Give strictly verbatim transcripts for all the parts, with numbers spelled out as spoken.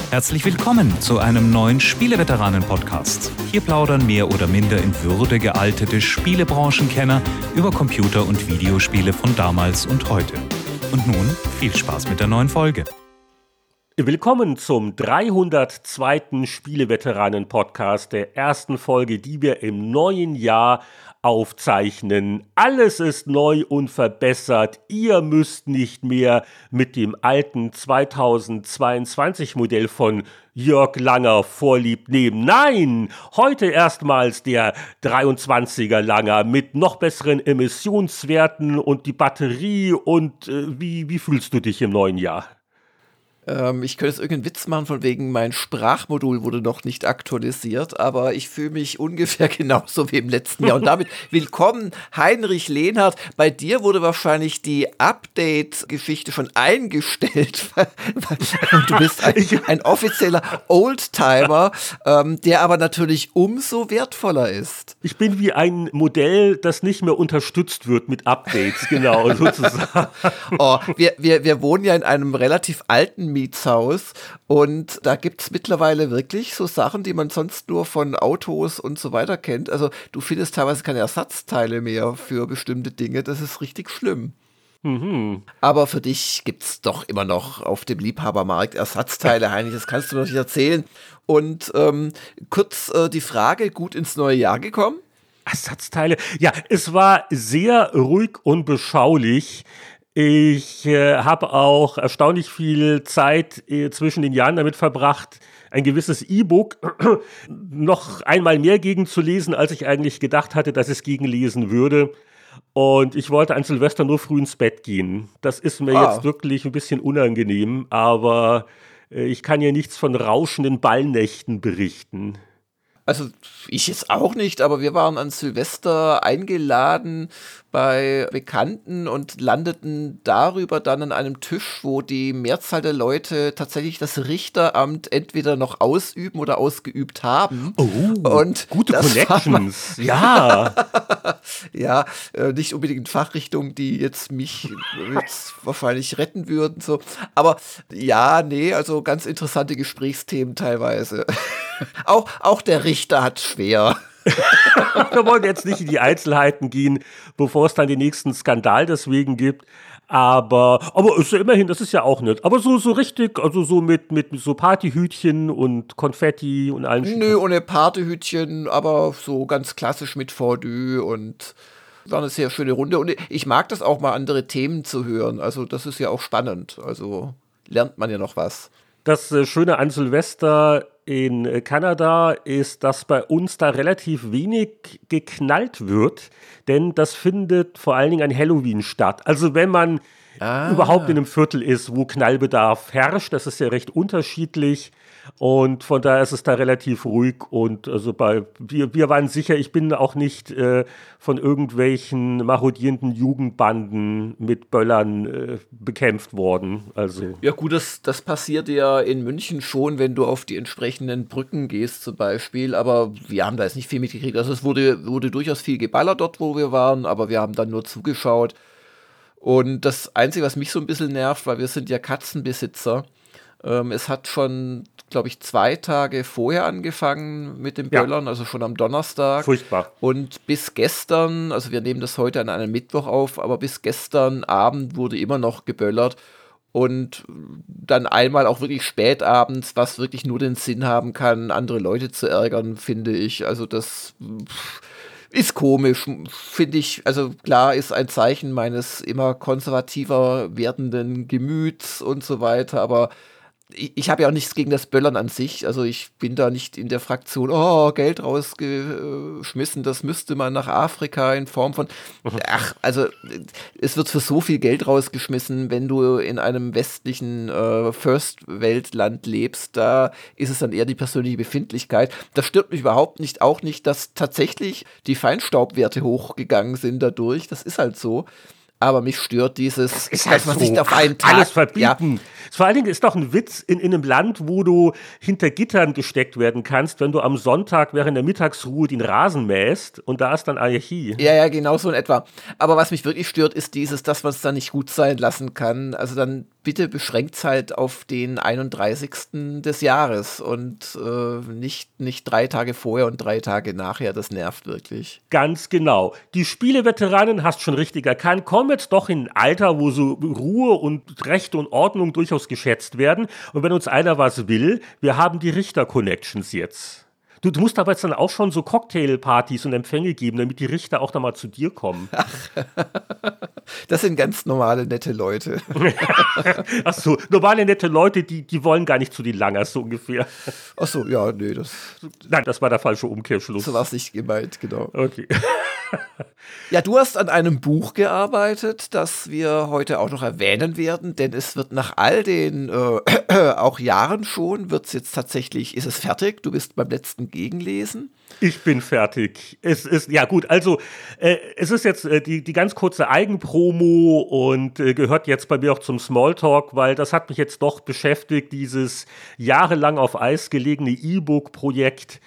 Herzlich willkommen zu einem neuen Spieleveteranen-Podcast. Hier plaudern mehr oder minder in Würde gealtete Spielebranchenkenner über Computer- und Videospiele von damals und heute. Und nun viel Spaß mit der neuen Folge. Willkommen zum dreihundertzweiten Spieleveteranen-Podcast, der ersten Folge, die wir im neuen Jahr aufzeichnen. Alles ist neu und verbessert. Ihr müsst nicht mehr mit dem alten zweitausendzweiundzwanzig Modell von Jörg Langer Vorlieb nehmen. Nein, heute erstmals der dreiundzwanziger Langer mit noch besseren Emissionswerten und die Batterie. Und äh, wie, wie fühlst du dich im neuen Jahr? Ähm, ich könnte jetzt irgendeinen Witz machen, von wegen mein Sprachmodul wurde noch nicht aktualisiert, aber ich fühle mich ungefähr genauso wie im letzten Jahr. Und damit willkommen, Heinrich Lehnhardt. Bei dir wurde wahrscheinlich die Update-Geschichte schon eingestellt. Du bist ein, ein offizieller Oldtimer, ähm, der aber natürlich umso wertvoller ist. Ich bin wie ein Modell, das nicht mehr unterstützt wird mit Updates, genau, sozusagen. Oh, wir, wir, wir wohnen ja in einem relativ alten Mietshaus und da gibt es mittlerweile wirklich so Sachen, die man sonst nur von Autos und so weiter kennt. Also du findest teilweise keine Ersatzteile mehr für bestimmte Dinge, das ist richtig schlimm. Mhm. Aber für dich gibt es doch immer noch auf dem Liebhabermarkt Ersatzteile, Heinrich, das kannst du noch nicht erzählen. Und ähm, kurz äh, die Frage, gut ins neue Jahr gekommen? Ersatzteile? Ja, es war sehr ruhig und beschaulich. Ich äh, habe auch erstaunlich viel Zeit äh, zwischen den Jahren damit verbracht, ein gewisses E-Book noch einmal mehr gegenzulesen, als ich eigentlich gedacht hatte, dass ich es gegenlesen würde. Und ich wollte an Silvester nur früh ins Bett gehen. Das ist mir ah. jetzt wirklich ein bisschen unangenehm, aber äh, ich kann ja nichts von rauschenden Ballnächten berichten. Also ich jetzt auch nicht, aber wir waren an Silvester eingeladen bei Bekannten und landeten darüber dann an einem Tisch, wo die Mehrzahl der Leute tatsächlich das Richteramt entweder noch ausüben oder ausgeübt haben. Oh, und gute Connections, ja. Ja, äh, nicht unbedingt Fachrichtungen, die jetzt mich jetzt wahrscheinlich retten würden. So. Aber ja, nee, also ganz interessante Gesprächsthemen teilweise. Auch, auch der Richter hat schwer. Wir wollen jetzt nicht in die Einzelheiten gehen, bevor es dann den nächsten Skandal deswegen gibt. Aber, aber ist ja immerhin, das ist ja auch nett. Aber so, so richtig, also so mit, mit so Partyhütchen und Konfetti und allem. Nö, ohne Partyhütchen, aber so ganz klassisch mit Fondue und war eine sehr schöne Runde. Und ich mag das auch mal, andere Themen zu hören. Also das ist ja auch spannend. Also lernt man ja noch was. Das äh, Schöne an Silvester in Kanada ist, dass bei uns da relativ wenig geknallt wird, denn das findet vor allen Dingen an Halloween statt. Also wenn man ah. überhaupt in einem Viertel ist, wo Knallbedarf herrscht, das ist ja recht unterschiedlich und von daher ist es da relativ ruhig und also bei wir, wir waren sicher, ich bin auch nicht äh, von irgendwelchen marodierenden Jugendbanden mit Böllern äh, bekämpft worden. Also. Ja gut, das, das passiert ja in München schon, wenn du auf die entsprechenden Brücken gehst zum Beispiel, aber wir haben da jetzt nicht viel mitgekriegt. Also es wurde, wurde durchaus viel geballert dort, wo wir waren, aber wir haben dann nur zugeschaut. Und das Einzige, was mich so ein bisschen nervt, weil wir sind ja Katzenbesitzer, ähm, es hat schon, glaube ich, zwei Tage vorher angefangen mit den Böllern, ja. Also schon am Donnerstag. Furchtbar. Und bis gestern, also wir nehmen das heute an einem Mittwoch auf, aber bis gestern Abend wurde immer noch geböllert. Und dann einmal auch wirklich spät abends, was wirklich nur den Sinn haben kann, andere Leute zu ärgern, finde ich. Also das pff, ist komisch, finde ich. Also klar ist ein Zeichen meines immer konservativer werdenden Gemüts und so weiter, aber ich, ich habe ja auch nichts gegen das Böllern an sich. Also ich bin da nicht in der Fraktion, oh, Geld rausgeschmissen, das müsste man nach Afrika in Form von, ach, also es wird für so viel Geld rausgeschmissen, wenn du in einem westlichen äh, First-Welt-Land lebst, da ist es dann eher die persönliche Befindlichkeit. Das stört mich überhaupt nicht, auch nicht, dass tatsächlich die Feinstaubwerte hochgegangen sind dadurch, das ist halt so. Aber mich stört dieses, das ist halt dass man so, sich auf einen Tag alles verbieten. Ja. Vor allen Dingen ist doch ein Witz in, in einem Land, wo du hinter Gittern gesteckt werden kannst, wenn du am Sonntag während der Mittagsruhe den Rasen mähst und da ist dann Anarchie. Ja, ja, genau so in etwa. Aber was mich wirklich stört, ist dieses, dass man es dann nicht gut sein lassen kann. Also dann bitte beschränkt halt auf den einunddreißigsten des Jahres und äh, nicht, nicht drei Tage vorher und drei Tage nachher. Das nervt wirklich. Ganz genau. Die Spieleveteranen, hast schon richtig erkannt, kommen jetzt doch in ein Alter, wo so Ruhe und Recht und Ordnung durchaus geschätzt werden. Und wenn uns einer was will, wir haben die Richter-Connections jetzt. Du, du musst aber jetzt dann auch schon so Cocktailpartys und Empfänge geben, damit die Richter auch da mal zu dir kommen. Ach, das sind ganz normale, nette Leute. Ach so, normale, nette Leute, die, die wollen gar nicht zu den Langers, so ungefähr. Ach so, ja, nee, das... Nein, das war der falsche Umkehrschluss. So war es nicht gemeint, genau. Okay. Ja, du hast an einem Buch gearbeitet, das wir heute auch noch erwähnen werden, denn es wird nach all den äh, auch Jahren schon, wird es jetzt tatsächlich, ist es fertig? Du bist beim letzten Gegenlesen? Ich bin fertig. Es ist, ja gut, also äh, es ist jetzt äh, die, die ganz kurze Eigenpromo und äh, gehört jetzt bei mir auch zum Smalltalk, weil das hat mich jetzt doch beschäftigt, dieses jahrelang auf Eis gelegene E-Book-Projekt.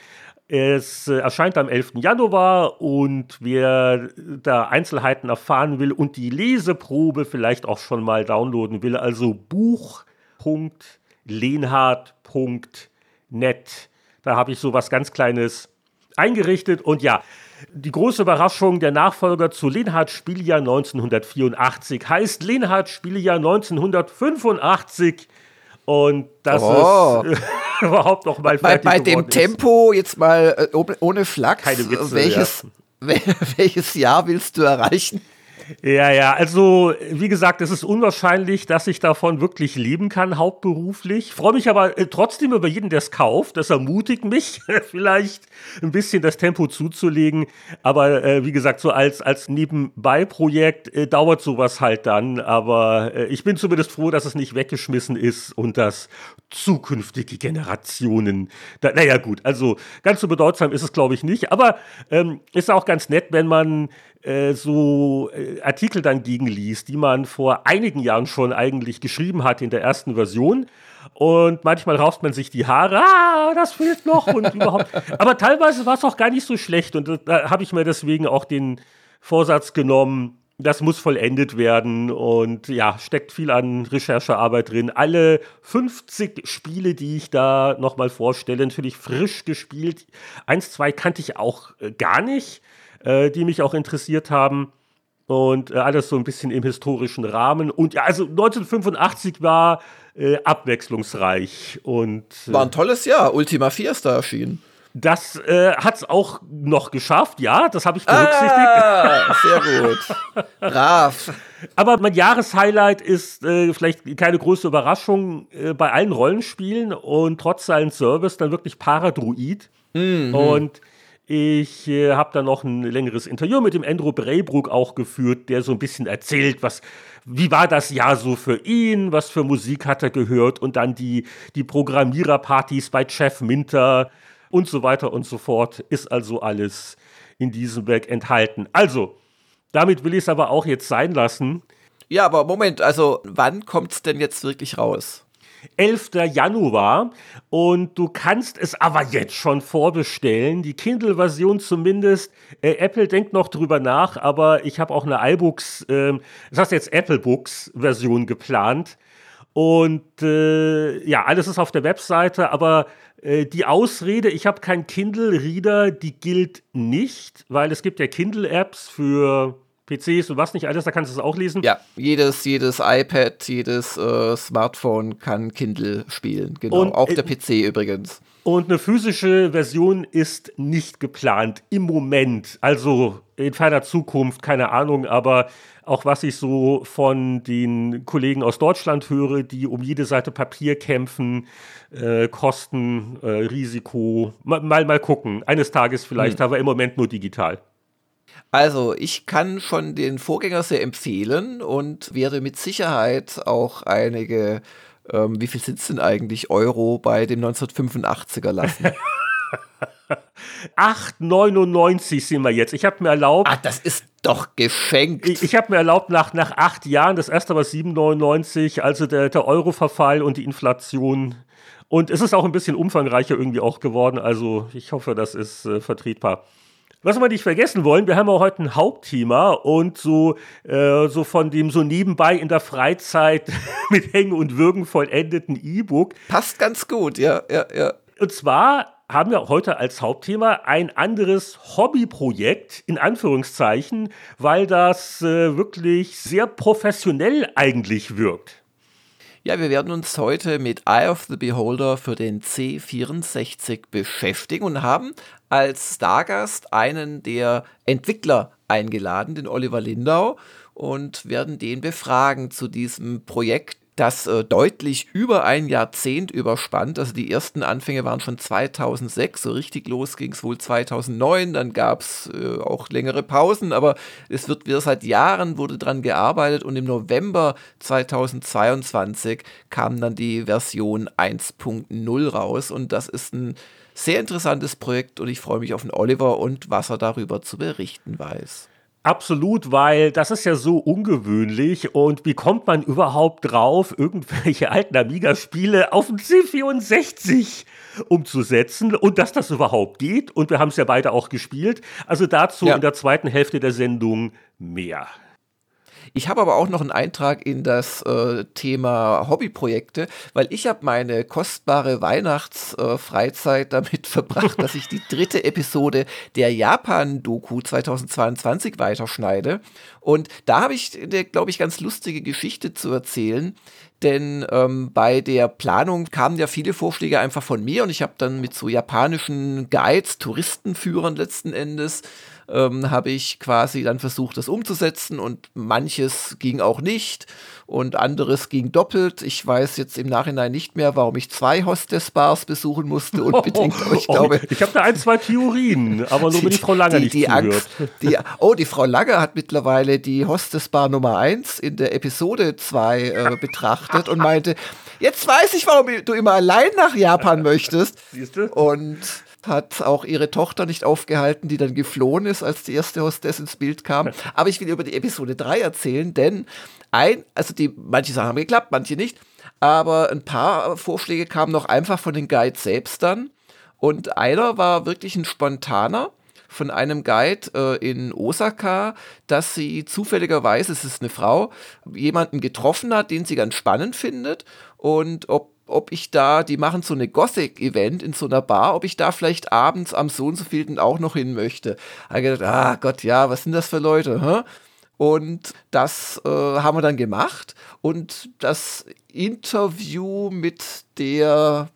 Es äh, erscheint am elften Januar und wer da Einzelheiten erfahren will und die Leseprobe vielleicht auch schon mal downloaden will, also buch punkt lenhardt punkt net. Da habe ich so was ganz Kleines eingerichtet und ja, die große Überraschung, der Nachfolger zu Lenhardt Spieljahr neunzehnhundertvierundachtzig heißt Lenhardt Spieljahr neunzehnhundertfünfundachtzig. Und das oh. ist äh, überhaupt noch mal fertig Bei, bei dem ist. Tempo, jetzt mal äh, ohne Flachs, Keine Witze, welches, ja. welches Jahr willst du erreichen? Ja, ja, also wie gesagt, es ist unwahrscheinlich, dass ich davon wirklich leben kann, hauptberuflich. Freue mich aber äh, trotzdem über jeden, der es kauft. Das ermutigt mich, vielleicht ein bisschen das Tempo zuzulegen. Aber äh, wie gesagt, so als, als Nebenbei-Projekt äh, dauert sowas halt dann. Aber äh, ich bin zumindest froh, dass es nicht weggeschmissen ist und dass zukünftige Generationen, da, naja gut, also ganz so bedeutsam ist es glaube ich nicht. Aber ähm, ist auch ganz nett, wenn man äh, so äh, Artikel dann gegenliest, die man vor einigen Jahren schon eigentlich geschrieben hat in der ersten Version. Und manchmal rauft man sich die Haare, ah, das fehlt noch und überhaupt. Aber teilweise war es auch gar nicht so schlecht. Und da habe ich mir deswegen auch den Vorsatz genommen, das muss vollendet werden. Und ja, steckt viel an Recherchearbeit drin. Alle fünfzig Spiele, die ich da nochmal vorstelle, natürlich frisch gespielt. Eins, zwei kannte ich auch äh, gar nicht, äh, die mich auch interessiert haben. Und äh, alles so ein bisschen im historischen Rahmen. Und ja, also neunzehnhundertfünfundachtzig war äh, abwechslungsreich. Und, äh, war ein tolles Jahr. Ultima vier ist da erschienen. Das äh, hat es auch noch geschafft, ja, das habe ich berücksichtigt. Ah, sehr gut. Brav. Aber mein Jahreshighlight ist äh, vielleicht keine große Überraschung äh, bei allen Rollenspielen und trotz seinem Service dann wirklich Paradruid. Mhm. Und ich äh, habe da noch ein längeres Interview mit dem Andrew Braybrook auch geführt, der so ein bisschen erzählt, was, wie war das Jahr so für ihn, was für Musik hat er gehört und dann die, die Programmiererpartys bei Jeff Minter und so weiter und so fort, ist also alles in diesem Werk enthalten. Also, damit will ich es aber auch jetzt sein lassen. Ja, aber Moment, also wann kommt es denn jetzt wirklich raus? elfter Januar und du kannst es aber jetzt schon vorbestellen, die Kindle-Version zumindest. Äh, Apple denkt noch drüber nach, aber ich habe auch eine iBooks, äh, das heißt jetzt Apple Books-Version geplant. Und äh, ja, alles ist auf der Webseite, aber äh, die Ausrede, ich habe keinen Kindle-Reader, die gilt nicht, weil es gibt ja Kindle-Apps für P Cs und was nicht alles, da kannst du es auch lesen. Ja, jedes, jedes iPad, jedes äh, Smartphone kann Kindle spielen, genau, und, auch der P C übrigens. Und eine physische Version ist nicht geplant im Moment, also in ferner Zukunft, keine Ahnung, aber auch was ich so von den Kollegen aus Deutschland höre, die um jede Seite Papier kämpfen, äh, Kosten, äh, Risiko, mal, mal mal gucken, eines Tages vielleicht, hm. aber im Moment nur digital. Also, ich kann schon den Vorgänger sehr empfehlen und werde mit Sicherheit auch einige, ähm, wie viel sind es denn eigentlich, Euro bei dem neunzehnhundertfünfundachtziger lassen. acht neunundneunzig sind wir jetzt. Ich habe mir erlaubt. Ah, das ist doch geschenkt. Ich, ich habe mir erlaubt, nach, nach acht Jahren, das erste war sieben neunundneunzig, also der, der Euro-Verfall und die Inflation. Und es ist auch ein bisschen umfangreicher irgendwie auch geworden. Also, ich hoffe, das ist äh, vertretbar. Was wir nicht vergessen wollen, wir haben auch heute ein Hauptthema und so, äh, so von dem so nebenbei in der Freizeit mit Hängen und Würgen vollendeten E-Book. Passt ganz gut, ja, ja, ja. Und zwar haben wir heute als Hauptthema ein anderes Hobbyprojekt, in Anführungszeichen, weil das äh, wirklich sehr professionell eigentlich wirkt. Ja, wir werden uns heute mit Eye of the Beholder für den C vierundsechzig beschäftigen und haben als Stargast einen der Entwickler eingeladen, den Oliver Lindau, und werden den befragen zu diesem Projekt, das äh, deutlich über ein Jahrzehnt überspannt. Also die ersten Anfänge waren schon zweitausendsechs, so richtig los ging es wohl zweitausendneun, dann gab es äh, auch längere Pausen, aber es wird wieder seit Jahren wurde dran gearbeitet und im November zweitausendzweiundzwanzig kam dann die Version eins Punkt null raus und das ist ein sehr interessantes Projekt und ich freue mich auf den Oliver und was er darüber zu berichten weiß. Absolut, weil das ist ja so ungewöhnlich und wie kommt man überhaupt drauf, irgendwelche alten Amiga-Spiele auf dem C vierundsechzig umzusetzen und dass das überhaupt geht und wir haben es ja beide auch gespielt, also dazu ja. In der zweiten Hälfte der Sendung mehr. Ich habe aber auch noch einen Eintrag in das äh, Thema Hobbyprojekte, weil ich habe meine kostbare Weihnachtsfreizeit äh, damit verbracht, dass ich die dritte Episode der Japan-Doku zweitausendzweiundzwanzig weiterschneide. Und da habe ich, glaube ich, ganz lustige Geschichte zu erzählen. Denn ähm, bei der Planung kamen ja viele Vorschläge einfach von mir und ich habe dann mit so japanischen Guides, Touristenführern letzten Endes, ähm, habe ich quasi dann versucht, das umzusetzen und manches ging auch nicht und anderes ging doppelt. Ich weiß jetzt im Nachhinein nicht mehr, warum ich zwei Hostess-Bars besuchen musste unbedingt, aber ich glaube... Oh, ich habe da ein, zwei Theorien, aber nur wenn die Frau Langer die, nicht die zuhört. Angst, die, oh, die Frau Langer hat mittlerweile die Hostess-Bar Nummer eins in der Episode zwei äh, betrachtet und meinte, jetzt weiß ich, warum du immer allein nach Japan möchtest. Siehst du? Und hat auch ihre Tochter nicht aufgehalten, die dann geflohen ist, als die erste Hostess ins Bild kam. Aber ich will über die Episode drei erzählen, denn ein, also die, manche Sachen haben geklappt, manche nicht, aber ein paar Vorschläge kamen noch einfach von den Guides selbst dann. Und einer war wirklich ein spontaner von einem Guide äh, in Osaka, dass sie zufälligerweise, es ist eine Frau, jemanden getroffen hat, den sie ganz spannend findet und ob ob ich da, die machen so eine Gothic-Event in so einer Bar, ob ich da vielleicht abends am so und so vielten auch noch hin möchte. Da habe ich gedacht, ah Gott, ja, was sind das für Leute, hä? Und das äh, haben wir dann gemacht und das Interview mit der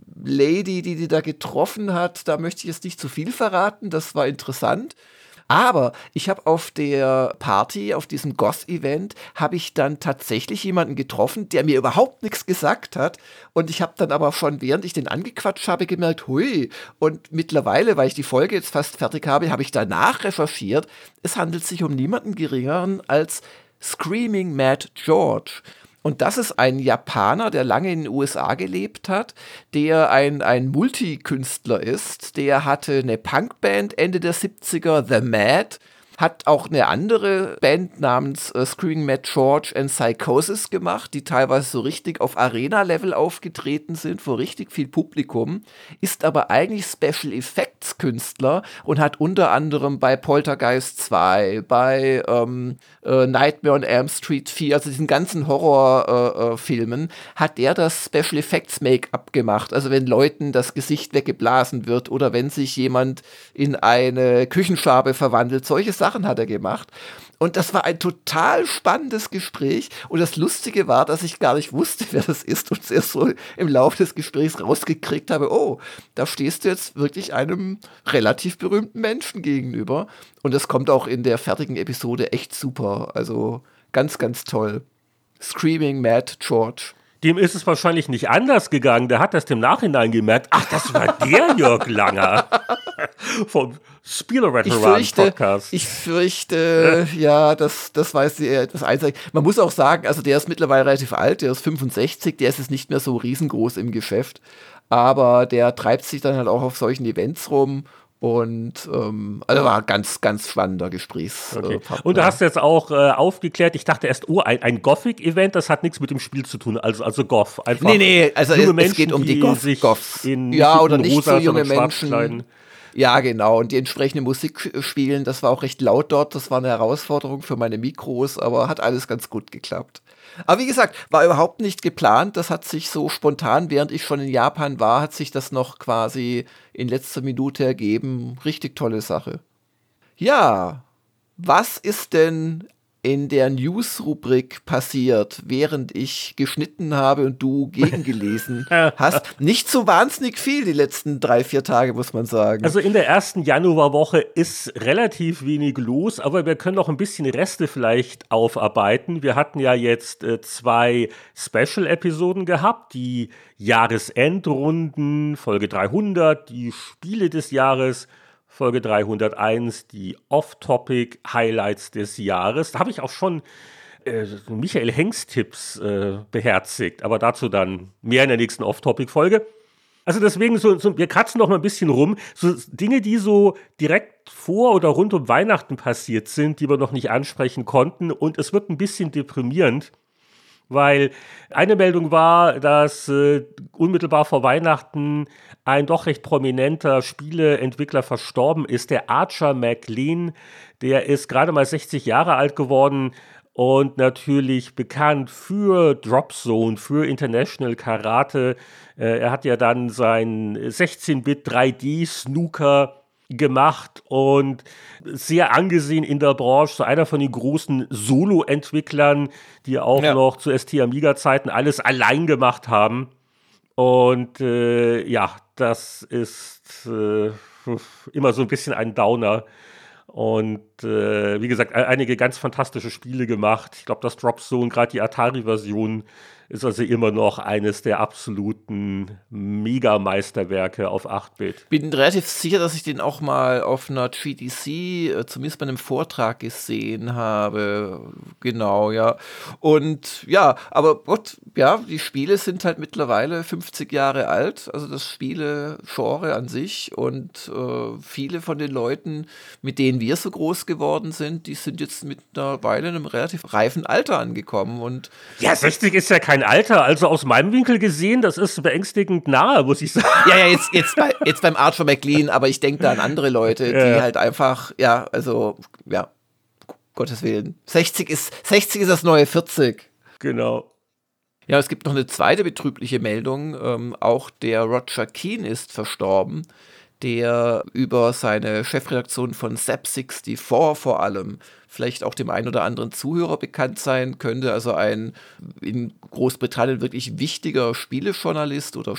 Lady, die die da getroffen hat, da möchte ich jetzt nicht zu viel verraten, das war interessant. Aber ich habe auf der Party, auf diesem Goth-Event, habe ich dann tatsächlich jemanden getroffen, der mir überhaupt nichts gesagt hat. Und ich habe dann aber schon, während ich den angequatscht habe, gemerkt, hui. Und mittlerweile, weil ich die Folge jetzt fast fertig habe, habe ich danach recherchiert. Es handelt sich um niemanden geringeren als Screaming Mad George. Und das ist ein Japaner, der lange in den U S A gelebt hat, der ein, ein Multikünstler ist. Der hatte eine Punkband Ende der siebziger, The Mad, hat auch eine andere Band namens äh, Screaming Mad George and Psychosis gemacht, die teilweise so richtig auf Arena-Level aufgetreten sind, vor richtig viel Publikum, ist aber eigentlich Special Effects Künstler und hat unter anderem bei Poltergeist zwei, bei ähm, äh, Nightmare on Elm Street vier, also diesen ganzen Horrorfilmen, äh, äh, hat der das Special Effects Make-up gemacht. Also wenn Leuten das Gesicht weggeblasen wird oder wenn sich jemand in eine Küchenschabe verwandelt, solche Sachen hat er gemacht. Und das war ein total spannendes Gespräch. Und das Lustige war, dass ich gar nicht wusste, wer das ist und es erst so im Laufe des Gesprächs rausgekriegt habe, oh, da stehst du jetzt wirklich einem relativ berühmten Menschen gegenüber. Und das kommt auch in der fertigen Episode echt super. Also ganz, ganz toll. Screaming Mad George. Dem ist es wahrscheinlich nicht anders gegangen. Der hat das im Nachhinein gemerkt. Ach, das war der Jörg Langer vom Spieleveteran-Podcast. Ich fürchte, ja, das, das weiß ich, das Einzige. Man muss auch sagen, also der ist mittlerweile relativ alt, der ist fünfundsechzig, der ist jetzt nicht mehr so riesengroß im Geschäft, aber der treibt sich dann halt auch auf solchen Events rum. Und ähm, also war ein ganz, ganz spannender Gesprächspartner. Okay. Und du hast jetzt auch äh, aufgeklärt, ich dachte erst, oh, ein, ein Gothic-Event, das hat nichts mit dem Spiel zu tun, also, also Goth. Einfach nee, nee, also es, Menschen, es geht um die, die Goth, Goths. In, ja, oder in nicht rosa, so junge Menschen. Ja, genau. Und die entsprechende Musik spielen, das war auch recht laut dort. Das war eine Herausforderung für meine Mikros, aber hat alles ganz gut geklappt. Aber wie gesagt, war überhaupt nicht geplant. Das hat sich so spontan, während ich schon in Japan war, hat sich das noch quasi in letzter Minute ergeben. Richtig tolle Sache. Ja, was ist denn in der News-Rubrik passiert, während ich geschnitten habe und du gegengelesen hast? Nicht so wahnsinnig viel die letzten drei, vier Tage, muss man sagen. Also in der ersten Januarwoche ist relativ wenig los, aber wir können noch ein bisschen Reste vielleicht aufarbeiten. Wir hatten ja jetzt äh, zwei Special-Episoden gehabt, die Jahresendrunden, Folge dreihundert, die Spiele des Jahres, Folge dreihunderteins, die Off-Topic-Highlights des Jahres. Da habe ich auch schon äh, Michael Hengst-Tipps äh, beherzigt, aber dazu dann mehr in der nächsten Off-Topic-Folge. Also deswegen, so, so, wir kratzen noch mal ein bisschen rum. So Dinge, die so direkt vor oder rund um Weihnachten passiert sind, die wir noch nicht ansprechen konnten. Und es wird ein bisschen deprimierend, weil eine Meldung war, dass äh, unmittelbar vor Weihnachten ein doch recht prominenter Spieleentwickler verstorben ist, der Archer McLean. Der ist gerade mal sechzig Jahre alt geworden und natürlich bekannt für Drop Zone, für International Karate. Äh, er hat ja dann sein sechzehn-Bit drei D-Snooker gemacht und sehr angesehen in der Branche, so einer von den großen Solo-Entwicklern, die auch ja. noch zu S T Amiga-Zeiten alles allein gemacht haben. Und äh, ja, das ist äh, immer so ein bisschen ein Downer. Und äh, wie gesagt, einige ganz fantastische Spiele gemacht. Ich glaube, das Drop Zone, gerade die Atari-Version, ist also immer noch eines der absoluten Mega-Meisterwerke auf acht-Bit. Bin relativ sicher, dass ich den auch mal auf einer G D C, äh, zumindest bei einem Vortrag gesehen habe. Genau, ja. Und ja, aber Gott, ja, die Spiele sind halt mittlerweile fünfzig Jahre alt, also das Spiele-Genre an sich. Und äh, viele von den Leuten, mit denen wir so groß geworden sind, die sind jetzt mittlerweile in einem relativ reifen Alter angekommen. Und ja, sechzig ist ja kein Alter, also aus meinem Winkel gesehen, das ist beängstigend nahe, muss ich sagen. Ja, ja, jetzt, jetzt, bei, jetzt beim Archer McLean, aber ich denke da an andere Leute, die ja. halt einfach, ja, also, ja, Gottes Willen. sechzig ist, sechzig ist das neue vierzig. Genau. Ja, es gibt noch eine zweite betrübliche Meldung. Ähm, auch der Roger Keane ist verstorben, der über seine Chefredaktion von Zap sechsundsiebzig vor allem vielleicht auch dem einen oder anderen Zuhörer bekannt sein könnte. Also ein in Großbritannien wirklich wichtiger Spielejournalist oder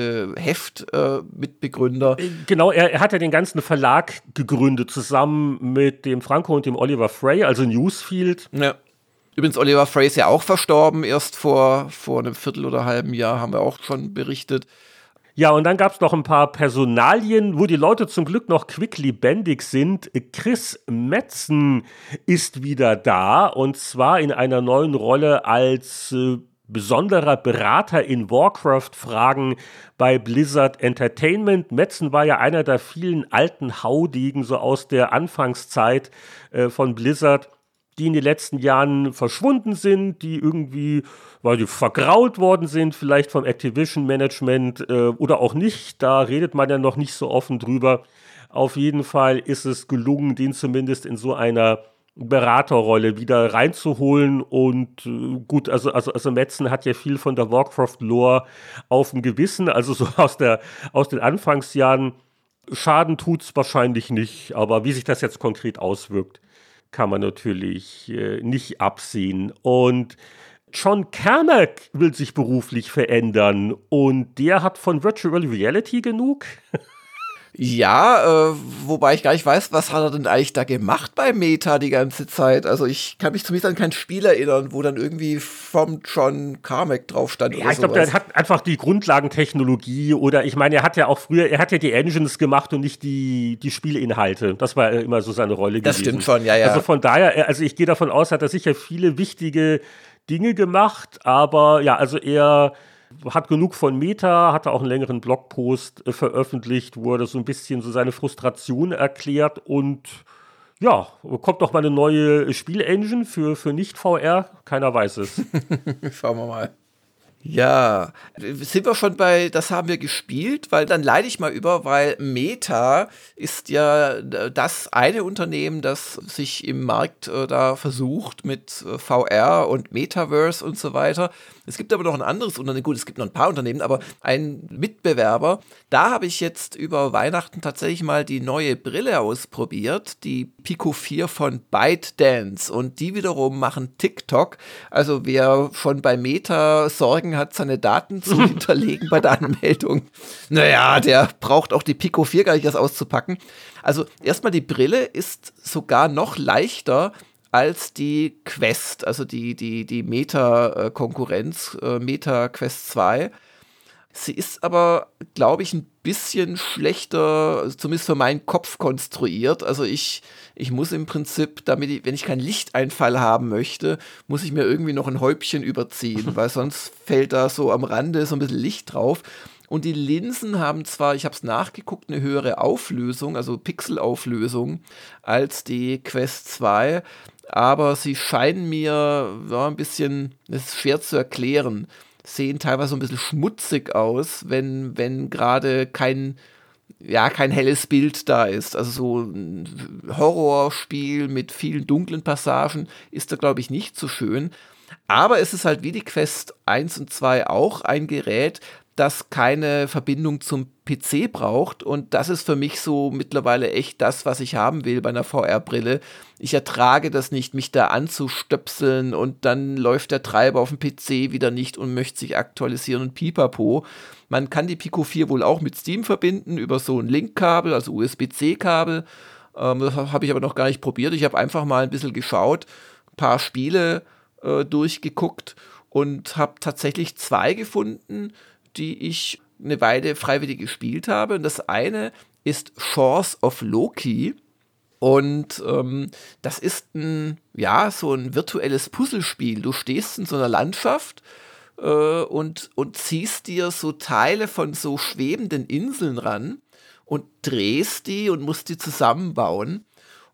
Spieleheft-Mitbegründer. Äh, genau, er, er hat ja den ganzen Verlag gegründet, zusammen mit dem Franco und dem Oliver Frey, also Newsfield. Ja. Übrigens, Oliver Frey ist ja auch verstorben, erst vor, vor einem Viertel oder halben Jahr, haben wir auch schon berichtet. Ja, und dann gab es noch ein paar Personalien, wo die Leute zum Glück noch quicklebendig sind. Chris Metzen ist wieder da, und zwar in einer neuen Rolle als äh, besonderer Berater in Warcraft-Fragen bei Blizzard Entertainment. Metzen war ja einer der vielen alten Haudegen so aus der Anfangszeit äh, von Blizzard, die in den letzten Jahren verschwunden sind, die irgendwie, weil die vergrault worden sind, vielleicht vom Activision-Management äh, oder auch nicht. Da redet man ja noch nicht so offen drüber. Auf jeden Fall ist es gelungen, den zumindest in so einer Beraterrolle wieder reinzuholen. Und äh, gut, also, also, also Metzen hat ja viel von der Warcraft-Lore auf dem Gewissen, also so aus, der, aus den Anfangsjahren. Schaden tut's wahrscheinlich nicht, aber wie sich das jetzt konkret auswirkt, kann man natürlich äh, nicht absehen. Und John Carmack will sich beruflich verändern, und der hat von Virtual Reality genug. Ja, äh, wobei ich gar nicht weiß, was hat er denn eigentlich da gemacht bei Meta die ganze Zeit? Also ich kann mich zumindest an kein Spiel erinnern, wo dann irgendwie vom John Carmack drauf stand. Ja, ich glaube, der hat einfach die Grundlagentechnologie, oder ich meine, er hat ja auch früher, er hat ja die Engines gemacht und nicht die, die Spielinhalte. Das war immer so seine Rolle das gewesen. Das stimmt schon, ja, ja. Also von daher, also ich gehe davon aus, hat er sicher viele wichtige Dinge gemacht, aber ja, also er hat genug von Meta, hat auch einen längeren Blogpost äh, veröffentlicht, wo er so ein bisschen so seine Frustration erklärt, und ja, kommt noch mal eine neue Spielengine für, für Nicht-V R, keiner weiß es. Schauen wir mal. Ja, sind wir schon bei, das haben wir gespielt, weil dann leite ich mal über, weil Meta ist ja das eine Unternehmen, das sich im Markt äh, da versucht mit äh, V R und Metaverse und so weiter. Es gibt aber noch ein anderes Unternehmen, gut, es gibt noch ein paar Unternehmen, aber ein Mitbewerber, da habe ich jetzt über Weihnachten tatsächlich mal die neue Brille ausprobiert, die Pico vier von ByteDance, und die wiederum machen TikTok. Also wer schon bei Meta Sorgen hat, seine Daten zu hinterlegen bei der Anmeldung, naja, der braucht auch die Pico vier gar nicht erst auszupacken. Also erstmal, die Brille ist sogar noch leichter als die Quest, also die, die, die Meta-Konkurrenz, äh, Meta Quest zwei. Sie ist aber, glaube ich, ein bisschen schlechter, zumindest für meinen Kopf konstruiert. Also ich, ich muss im Prinzip, damit ich, wenn ich keinen Lichteinfall haben möchte, muss ich mir irgendwie noch ein Häubchen überziehen, weil sonst fällt da so am Rande so ein bisschen Licht drauf. Und die Linsen haben zwar, ich habe es nachgeguckt, eine höhere Auflösung, also Pixelauflösung, als die Quest zwei, aber sie scheinen mir ja, ein bisschen, das ist schwer zu erklären, sehen teilweise so ein bisschen schmutzig aus, wenn, wenn gerade kein, ja, kein helles Bild da ist. Also so ein Horrorspiel mit vielen dunklen Passagen ist da, glaube ich, nicht so schön. Aber es ist halt wie die Quest eins und zwei auch ein Gerät, das keine Verbindung zum P C braucht, und das ist für mich so mittlerweile echt das, was ich haben will bei einer V R-Brille. Ich ertrage das nicht, mich da anzustöpseln und dann läuft der Treiber auf dem P C wieder nicht und möchte sich aktualisieren und pipapo. Man kann die Pico vier wohl auch mit Steam verbinden über so ein Link-Kabel, also U S B C-Kabel. Ähm, das habe ich aber noch gar nicht probiert. Ich habe einfach mal ein bisschen geschaut, ein paar Spiele äh, durchgeguckt und habe tatsächlich zwei gefunden, die ich eine Weile freiwillig gespielt habe. Und das eine ist Shores of Loki. Und ähm, das ist ein, ja, so ein virtuelles Puzzlespiel. Du stehst in so einer Landschaft äh, und, und ziehst dir so Teile von so schwebenden Inseln ran und drehst die und musst die zusammenbauen.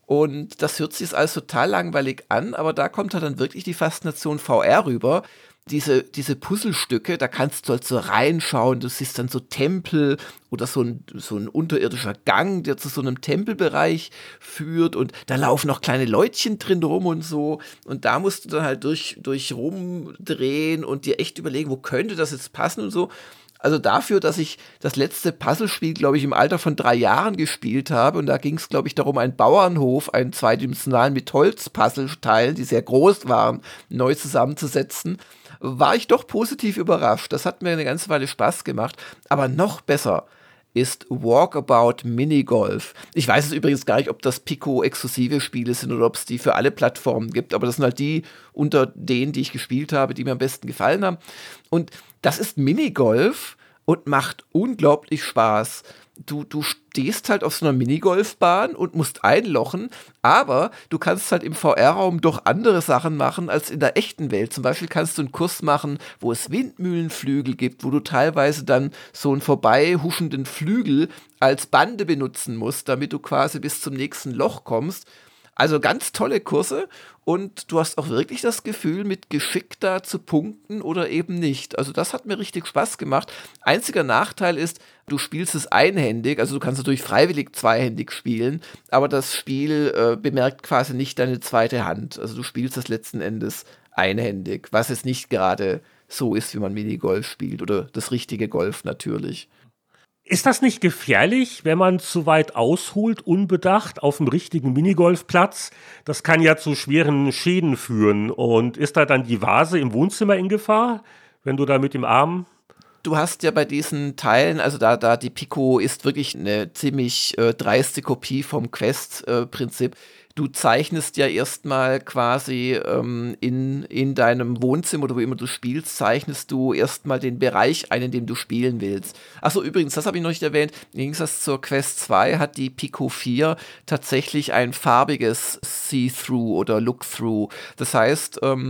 Und das hört sich jetzt alles total langweilig an, aber da kommt halt dann wirklich die Faszination V R rüber. Diese, diese Puzzlestücke, da kannst du halt so reinschauen, du siehst dann so Tempel oder so ein, so ein unterirdischer Gang, der zu so einem Tempelbereich führt, und da laufen noch kleine Leutchen drin rum und so, und da musst du dann halt durch, durch rumdrehen und dir echt überlegen, wo könnte das jetzt passen und so. Also dafür, dass ich das letzte Puzzlespiel, glaube ich, im Alter von drei Jahren gespielt habe, und da ging es, glaube ich, darum, einen Bauernhof, einen zweidimensionalen mit Holz-Puzzleteilen, die sehr groß waren, neu zusammenzusetzen, war ich doch positiv überrascht. Das hat mir eine ganze Weile Spaß gemacht, aber noch besser ist Walkabout Minigolf. Ich weiß es übrigens gar nicht, ob das Pico-exklusive Spiele sind oder ob es die für alle Plattformen gibt, aber das sind halt die unter denen, die ich gespielt habe, die mir am besten gefallen haben. Und das ist Minigolf und macht unglaublich Spaß. Du, du stehst halt auf so einer Minigolfbahn und musst einlochen, aber du kannst halt im V R-Raum doch andere Sachen machen als in der echten Welt. Zum Beispiel kannst du einen Kurs machen, wo es Windmühlenflügel gibt, wo du teilweise dann so einen vorbeihuschenden Flügel als Bande benutzen musst, damit du quasi bis zum nächsten Loch kommst. Also ganz tolle Kurse, und du hast auch wirklich das Gefühl, mit Geschick da zu punkten oder eben nicht. Also das hat mir richtig Spaß gemacht. Einziger Nachteil ist, du spielst es einhändig, also du kannst natürlich freiwillig zweihändig spielen, aber das Spiel äh, bemerkt quasi nicht deine zweite Hand. Also du spielst es letzten Endes einhändig, was jetzt nicht gerade so ist, wie man Minigolf spielt, oder das richtige Golf natürlich. Ist das nicht gefährlich, wenn man zu weit ausholt, unbedacht, auf dem richtigen Minigolfplatz? Das kann ja zu schweren Schäden führen. Und ist da dann die Vase im Wohnzimmer in Gefahr, wenn du da mit dem Arm... Du hast ja bei diesen Teilen, also da, da die Pico ist wirklich eine ziemlich äh, dreiste Kopie vom Quest-Prinzip. Äh, du zeichnest ja erstmal quasi ähm, in, in deinem Wohnzimmer oder wo immer du spielst, zeichnest du erstmal den Bereich ein, in dem du spielen willst. Achso, übrigens, das habe ich noch nicht erwähnt, im Gegensatz zur Quest zwei hat die Pico vier tatsächlich ein farbiges See-Through oder Look-Through. Das heißt, ähm,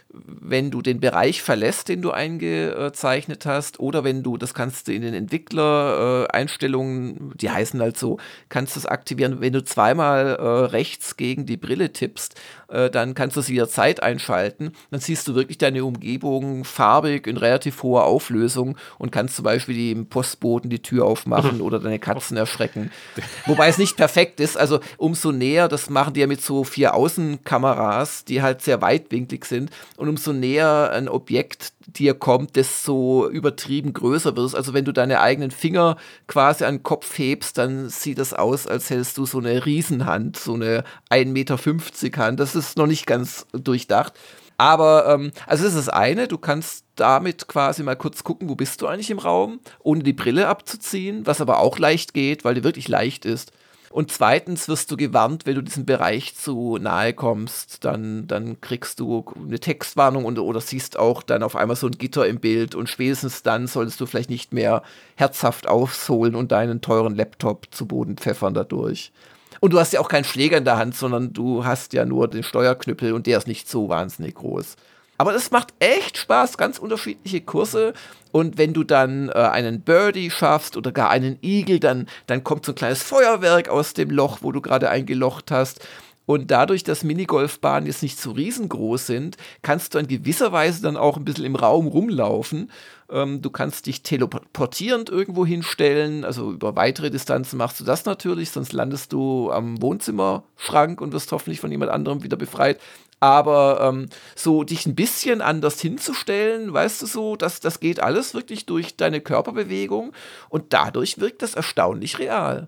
wenn du den Bereich verlässt, den du eingezeichnet hast, oder wenn du, das kannst du in den Entwickler-Einstellungen, die heißen halt so, kannst du es aktivieren, wenn du zweimal äh, rechts gegen die Brille tippst, äh, dann kannst du es wieder Zeit einschalten, dann siehst du wirklich deine Umgebung farbig in relativ hoher Auflösung und kannst zum Beispiel dem Postboten die Tür aufmachen oder deine Katzen erschrecken. Wobei es nicht perfekt ist, also umso näher, das machen die ja mit so vier Außenkameras, die halt sehr weitwinklig sind, und umso näher ein Objekt dir kommt, desto übertrieben größer wird es. Also wenn du deine eigenen Finger quasi an den Kopf hebst, dann sieht das aus, als hättest du so eine Riesenhand, so eine ein Meter fünfzig Hand. Das ist noch nicht ganz durchdacht. Aber, ähm, also das ist das eine, du kannst damit quasi mal kurz gucken, wo bist du eigentlich im Raum, ohne die Brille abzuziehen, was aber auch leicht geht, weil die wirklich leicht ist. Und zweitens wirst du gewarnt, wenn du diesem Bereich zu nahe kommst, dann, dann kriegst du eine Textwarnung und, oder siehst auch dann auf einmal so ein Gitter im Bild und spätestens dann solltest du vielleicht nicht mehr herzhaft aufholen und deinen teuren Laptop zu Boden pfeffern dadurch. Und du hast ja auch keinen Schläger in der Hand, sondern du hast ja nur den Steuerknüppel und der ist nicht so wahnsinnig groß. Aber es macht echt Spaß, ganz unterschiedliche Kurse. Und wenn du dann äh, einen Birdie schaffst oder gar einen Igel, dann, dann kommt so ein kleines Feuerwerk aus dem Loch, wo du gerade eingelocht hast. Und dadurch, dass Minigolfbahnen jetzt nicht so riesengroß sind, kannst du in gewisser Weise dann auch ein bisschen im Raum rumlaufen. Ähm, du kannst dich teleportierend irgendwo hinstellen, also über weitere Distanzen machst du das natürlich, sonst landest du am Wohnzimmerschrank und wirst hoffentlich von jemand anderem wieder befreit. Aber ähm, so dich ein bisschen anders hinzustellen, weißt du so, das, das geht alles wirklich durch deine Körperbewegung und dadurch wirkt das erstaunlich real.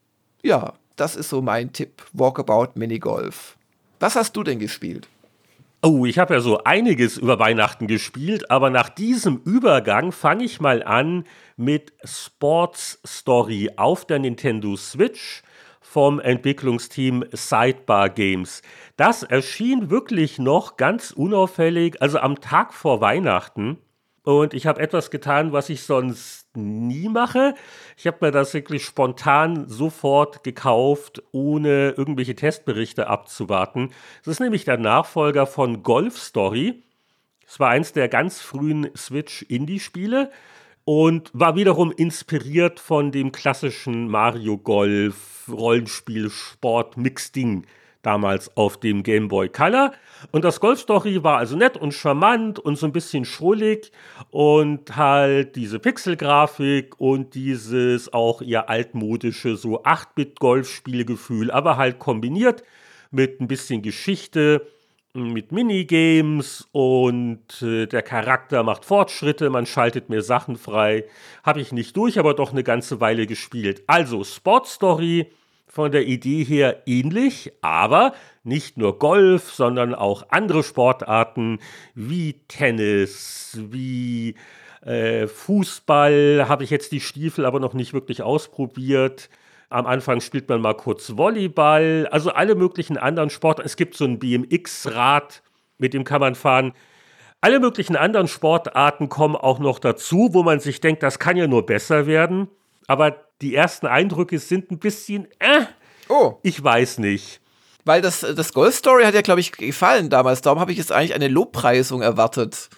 Ja, das ist so mein Tipp, Walkabout Minigolf. Was hast du denn gespielt? Oh, ich habe ja so einiges über Weihnachten gespielt, aber nach diesem Übergang fange ich mal an mit Sports Story auf der Nintendo Switch vom Entwicklungsteam Sidebar Games. Das erschien wirklich noch ganz unauffällig, also am Tag vor Weihnachten. Und ich habe etwas getan, was ich sonst nie mache. Ich habe mir das wirklich spontan sofort gekauft, ohne irgendwelche Testberichte abzuwarten. Das ist nämlich der Nachfolger von Golf Story. Es war eins der ganz frühen Switch-Indie-Spiele und war wiederum inspiriert von dem klassischen Mario Golf Rollenspiel Sport Mix-Ding damals auf dem Game Boy Color. Und das Golf Story war also nett und charmant und so ein bisschen schrullig und halt diese Pixelgrafik und dieses auch eher altmodische so acht-Bit-Golfspielgefühl, aber halt kombiniert mit ein bisschen Geschichte, mit Minigames und äh, der Charakter macht Fortschritte, man schaltet mehr Sachen frei. Habe ich nicht durch, aber doch eine ganze Weile gespielt. Also Sport Story von der Idee her ähnlich, aber nicht nur Golf, sondern auch andere Sportarten wie Tennis, wie äh, Fußball, habe ich jetzt die Stiefel aber noch nicht wirklich ausprobiert. Am Anfang spielt man mal kurz Volleyball, also alle möglichen anderen Sportarten. Es gibt so ein B M X-Rad, mit dem kann man fahren. Alle möglichen anderen Sportarten kommen auch noch dazu, wo man sich denkt, das kann ja nur besser werden. Aber die ersten Eindrücke sind ein bisschen, äh, oh. ich weiß nicht. Weil das, das Golf Story hat ja, glaube ich, gefallen damals. Darum habe ich jetzt eigentlich eine Lobpreisung erwartet.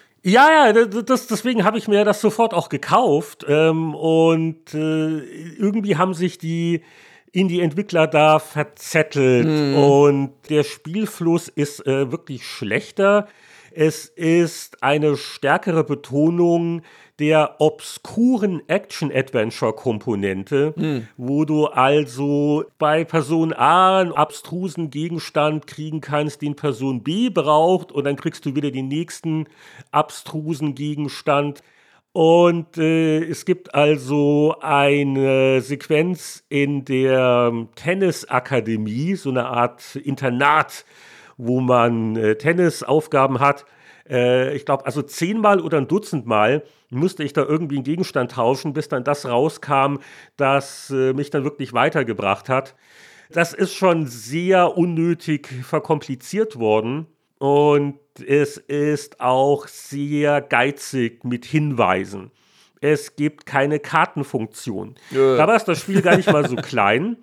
Ja, ja, das, deswegen habe ich mir das sofort auch gekauft. Ähm, und äh, irgendwie haben sich die Indie-Entwickler da verzettelt. Hm. Und der Spielfluss ist äh, wirklich schlechter. Es ist eine stärkere Betonung der obskuren Action-Adventure-Komponente, hm. wo du also bei Person A einen abstrusen Gegenstand kriegen kannst, den Person B braucht, und dann kriegst du wieder den nächsten abstrusen Gegenstand. Und äh, es gibt also eine Sequenz in der Tennisakademie, so eine Art Internat, wo man äh, Tennisaufgaben hat. Äh, ich glaube, also zehnmal oder ein Dutzendmal musste ich da irgendwie einen Gegenstand tauschen, bis dann das rauskam, das äh, mich dann wirklich weitergebracht hat. Das ist schon sehr unnötig verkompliziert worden und es ist auch sehr geizig mit Hinweisen. Es gibt keine Kartenfunktion. Ja. Dabei ist das Spiel gar nicht mal so klein.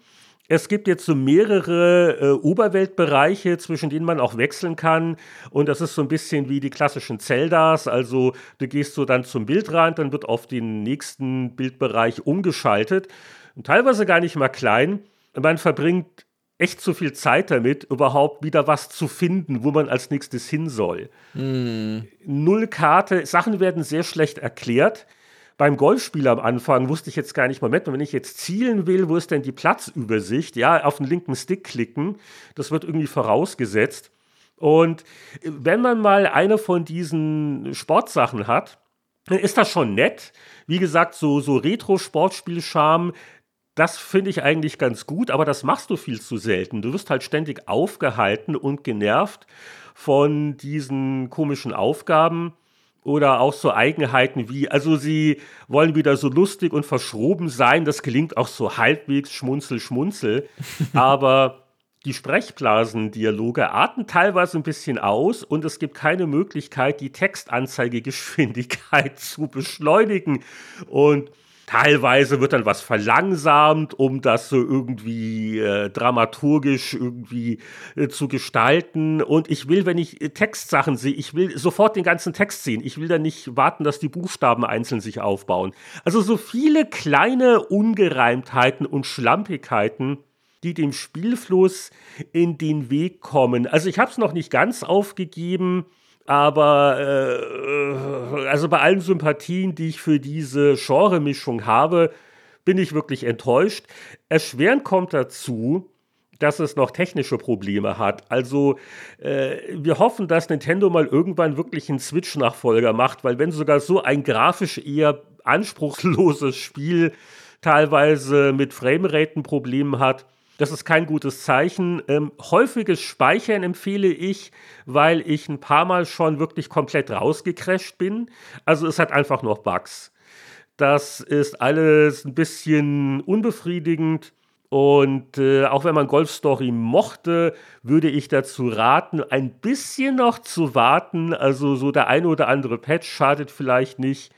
Es gibt jetzt so mehrere äh, Oberweltbereiche, zwischen denen man auch wechseln kann. Und das ist so ein bisschen wie die klassischen Zeldas. Also du gehst so dann zum Bildrand, dann wird auf den nächsten Bildbereich umgeschaltet. Und teilweise gar nicht mal klein. Man verbringt echt zu viel Zeit damit, überhaupt wieder was zu finden, wo man als nächstes hin soll. Mm. Null Karte, Sachen werden sehr schlecht erklärt. Beim Golfspiel am Anfang wusste ich jetzt gar nicht, Moment, wenn ich jetzt zielen will, wo ist denn die Platzübersicht? Ja, auf den linken Stick klicken, das wird irgendwie vorausgesetzt. Und wenn man mal eine von diesen Sportsachen hat, dann ist das schon nett. Wie gesagt, so, so Retro-Sportspiel-Charme, das finde ich eigentlich ganz gut, aber das machst du viel zu selten. Du wirst halt ständig aufgehalten und genervt von diesen komischen Aufgaben. Oder auch so Eigenheiten wie, also sie wollen wieder so lustig und verschroben sein, das gelingt auch so halbwegs schmunzel, schmunzel, aber die Sprechblasendialoge arten teilweise ein bisschen aus und es gibt keine Möglichkeit, die Textanzeigegeschwindigkeit zu beschleunigen und teilweise wird dann was verlangsamt, um das so irgendwie äh, dramaturgisch irgendwie äh, zu gestalten. Und ich will, wenn ich äh, Textsachen sehe, ich will sofort den ganzen Text sehen. Ich will dann nicht warten, dass die Buchstaben einzeln sich aufbauen. Also so viele kleine Ungereimtheiten und Schlampigkeiten, die dem Spielfluss in den Weg kommen. Also ich habe es noch nicht ganz aufgegeben, aber äh, also bei allen Sympathien, die ich für diese Genre-Mischung habe, bin ich wirklich enttäuscht. Erschwerend kommt dazu, dass es noch technische Probleme hat. Also äh, wir hoffen, dass Nintendo mal irgendwann wirklich einen Switch-Nachfolger macht, weil wenn sogar so ein grafisch eher anspruchsloses Spiel teilweise mit Frameraten-Problemen hat, das ist kein gutes Zeichen. Ähm, häufiges Speichern empfehle ich, weil ich ein paar Mal schon wirklich komplett rausgecrasht bin. Also es hat einfach noch Bugs. Das ist alles ein bisschen unbefriedigend. Und äh, auch wenn man Golf Story mochte, würde ich dazu raten, ein bisschen noch zu warten. Also so der eine oder andere Patch schadet vielleicht nicht.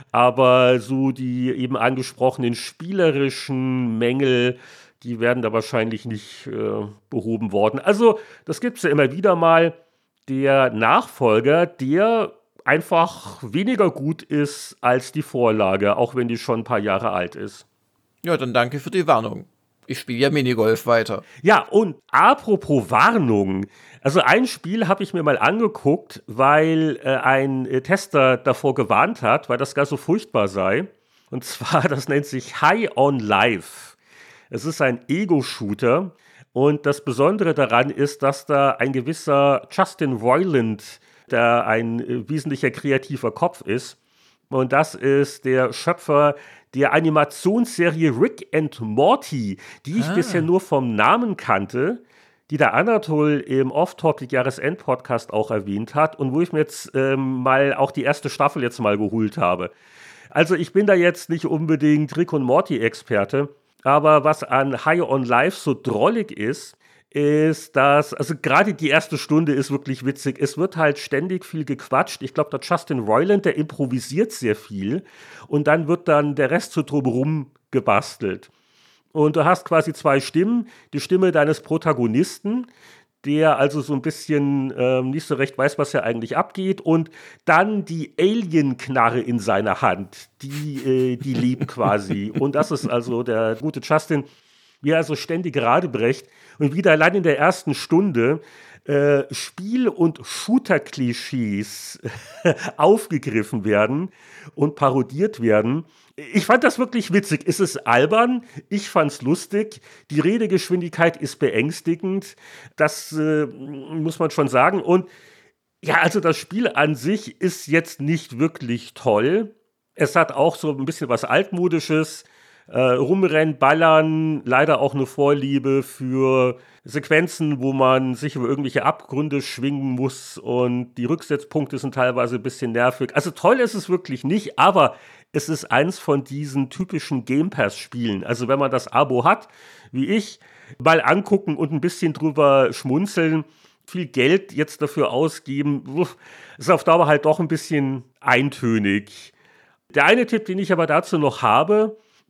Aber so die eben angesprochenen spielerischen Mängel, die werden da wahrscheinlich nicht äh, behoben worden. Also, das gibt es ja immer wieder mal. Der Nachfolger, der einfach weniger gut ist als die Vorlage, auch wenn die schon ein paar Jahre alt ist. Ja, dann danke für die Warnung. Ich spiele ja Minigolf weiter. Ja, und apropos Warnung. Also ein Spiel habe ich mir mal angeguckt, weil äh, ein äh, Tester davor gewarnt hat, weil das gar so furchtbar sei. Und zwar, das nennt sich High on Life. Es ist ein Ego-Shooter und das Besondere daran ist, dass da ein gewisser Justin Roiland, der ein äh, wesentlicher kreativer Kopf ist, und das ist der Schöpfer der Animationsserie Rick and Morty, die ich ah. bisher nur vom Namen kannte, die der Anatol im Off-Topic-Jahresend-Podcast auch erwähnt hat und wo ich mir jetzt ähm, mal auch die erste Staffel jetzt mal geholt habe. Also ich bin da jetzt nicht unbedingt Rick und Morty-Experte, aber was an High on Life so drollig ist, ist, dass, also gerade die erste Stunde ist wirklich witzig. Es wird halt ständig viel gequatscht. Ich glaube, der Justin Roiland, der improvisiert sehr viel und dann wird dann der Rest so drumherum gebastelt. Und du hast quasi zwei Stimmen. Die Stimme deines Protagonisten, der also so ein bisschen ähm, nicht so recht weiß, was ja eigentlich abgeht. Und dann die Alien-Knarre in seiner Hand, die, äh, die lebt quasi. Und das ist also der gute Justin, wie er also ständig gerade brecht. Und wieder allein in der ersten Stunde äh, Spiel- und Shooter-Klischees aufgegriffen werden und parodiert werden. Ich fand das wirklich witzig. Es ist albern, ich fand's lustig. Die Redegeschwindigkeit ist beängstigend. Das äh, muss man schon sagen. Und ja, also das Spiel an sich ist jetzt nicht wirklich toll. Es hat auch so ein bisschen was Altmodisches. Äh, rumrennen, ballern, leider auch eine Vorliebe für Sequenzen, wo man sich über irgendwelche Abgründe schwingen muss und die Rücksetzpunkte sind teilweise ein bisschen nervig. Also toll ist es wirklich nicht, aber es ist eins von diesen typischen Game Pass-Spielen. Also wenn man das Abo hat, wie ich, mal angucken und ein bisschen drüber schmunzeln, viel Geld jetzt dafür ausgeben, ist auf Dauer halt doch ein bisschen eintönig. Der eine Tipp, den ich aber dazu noch habe,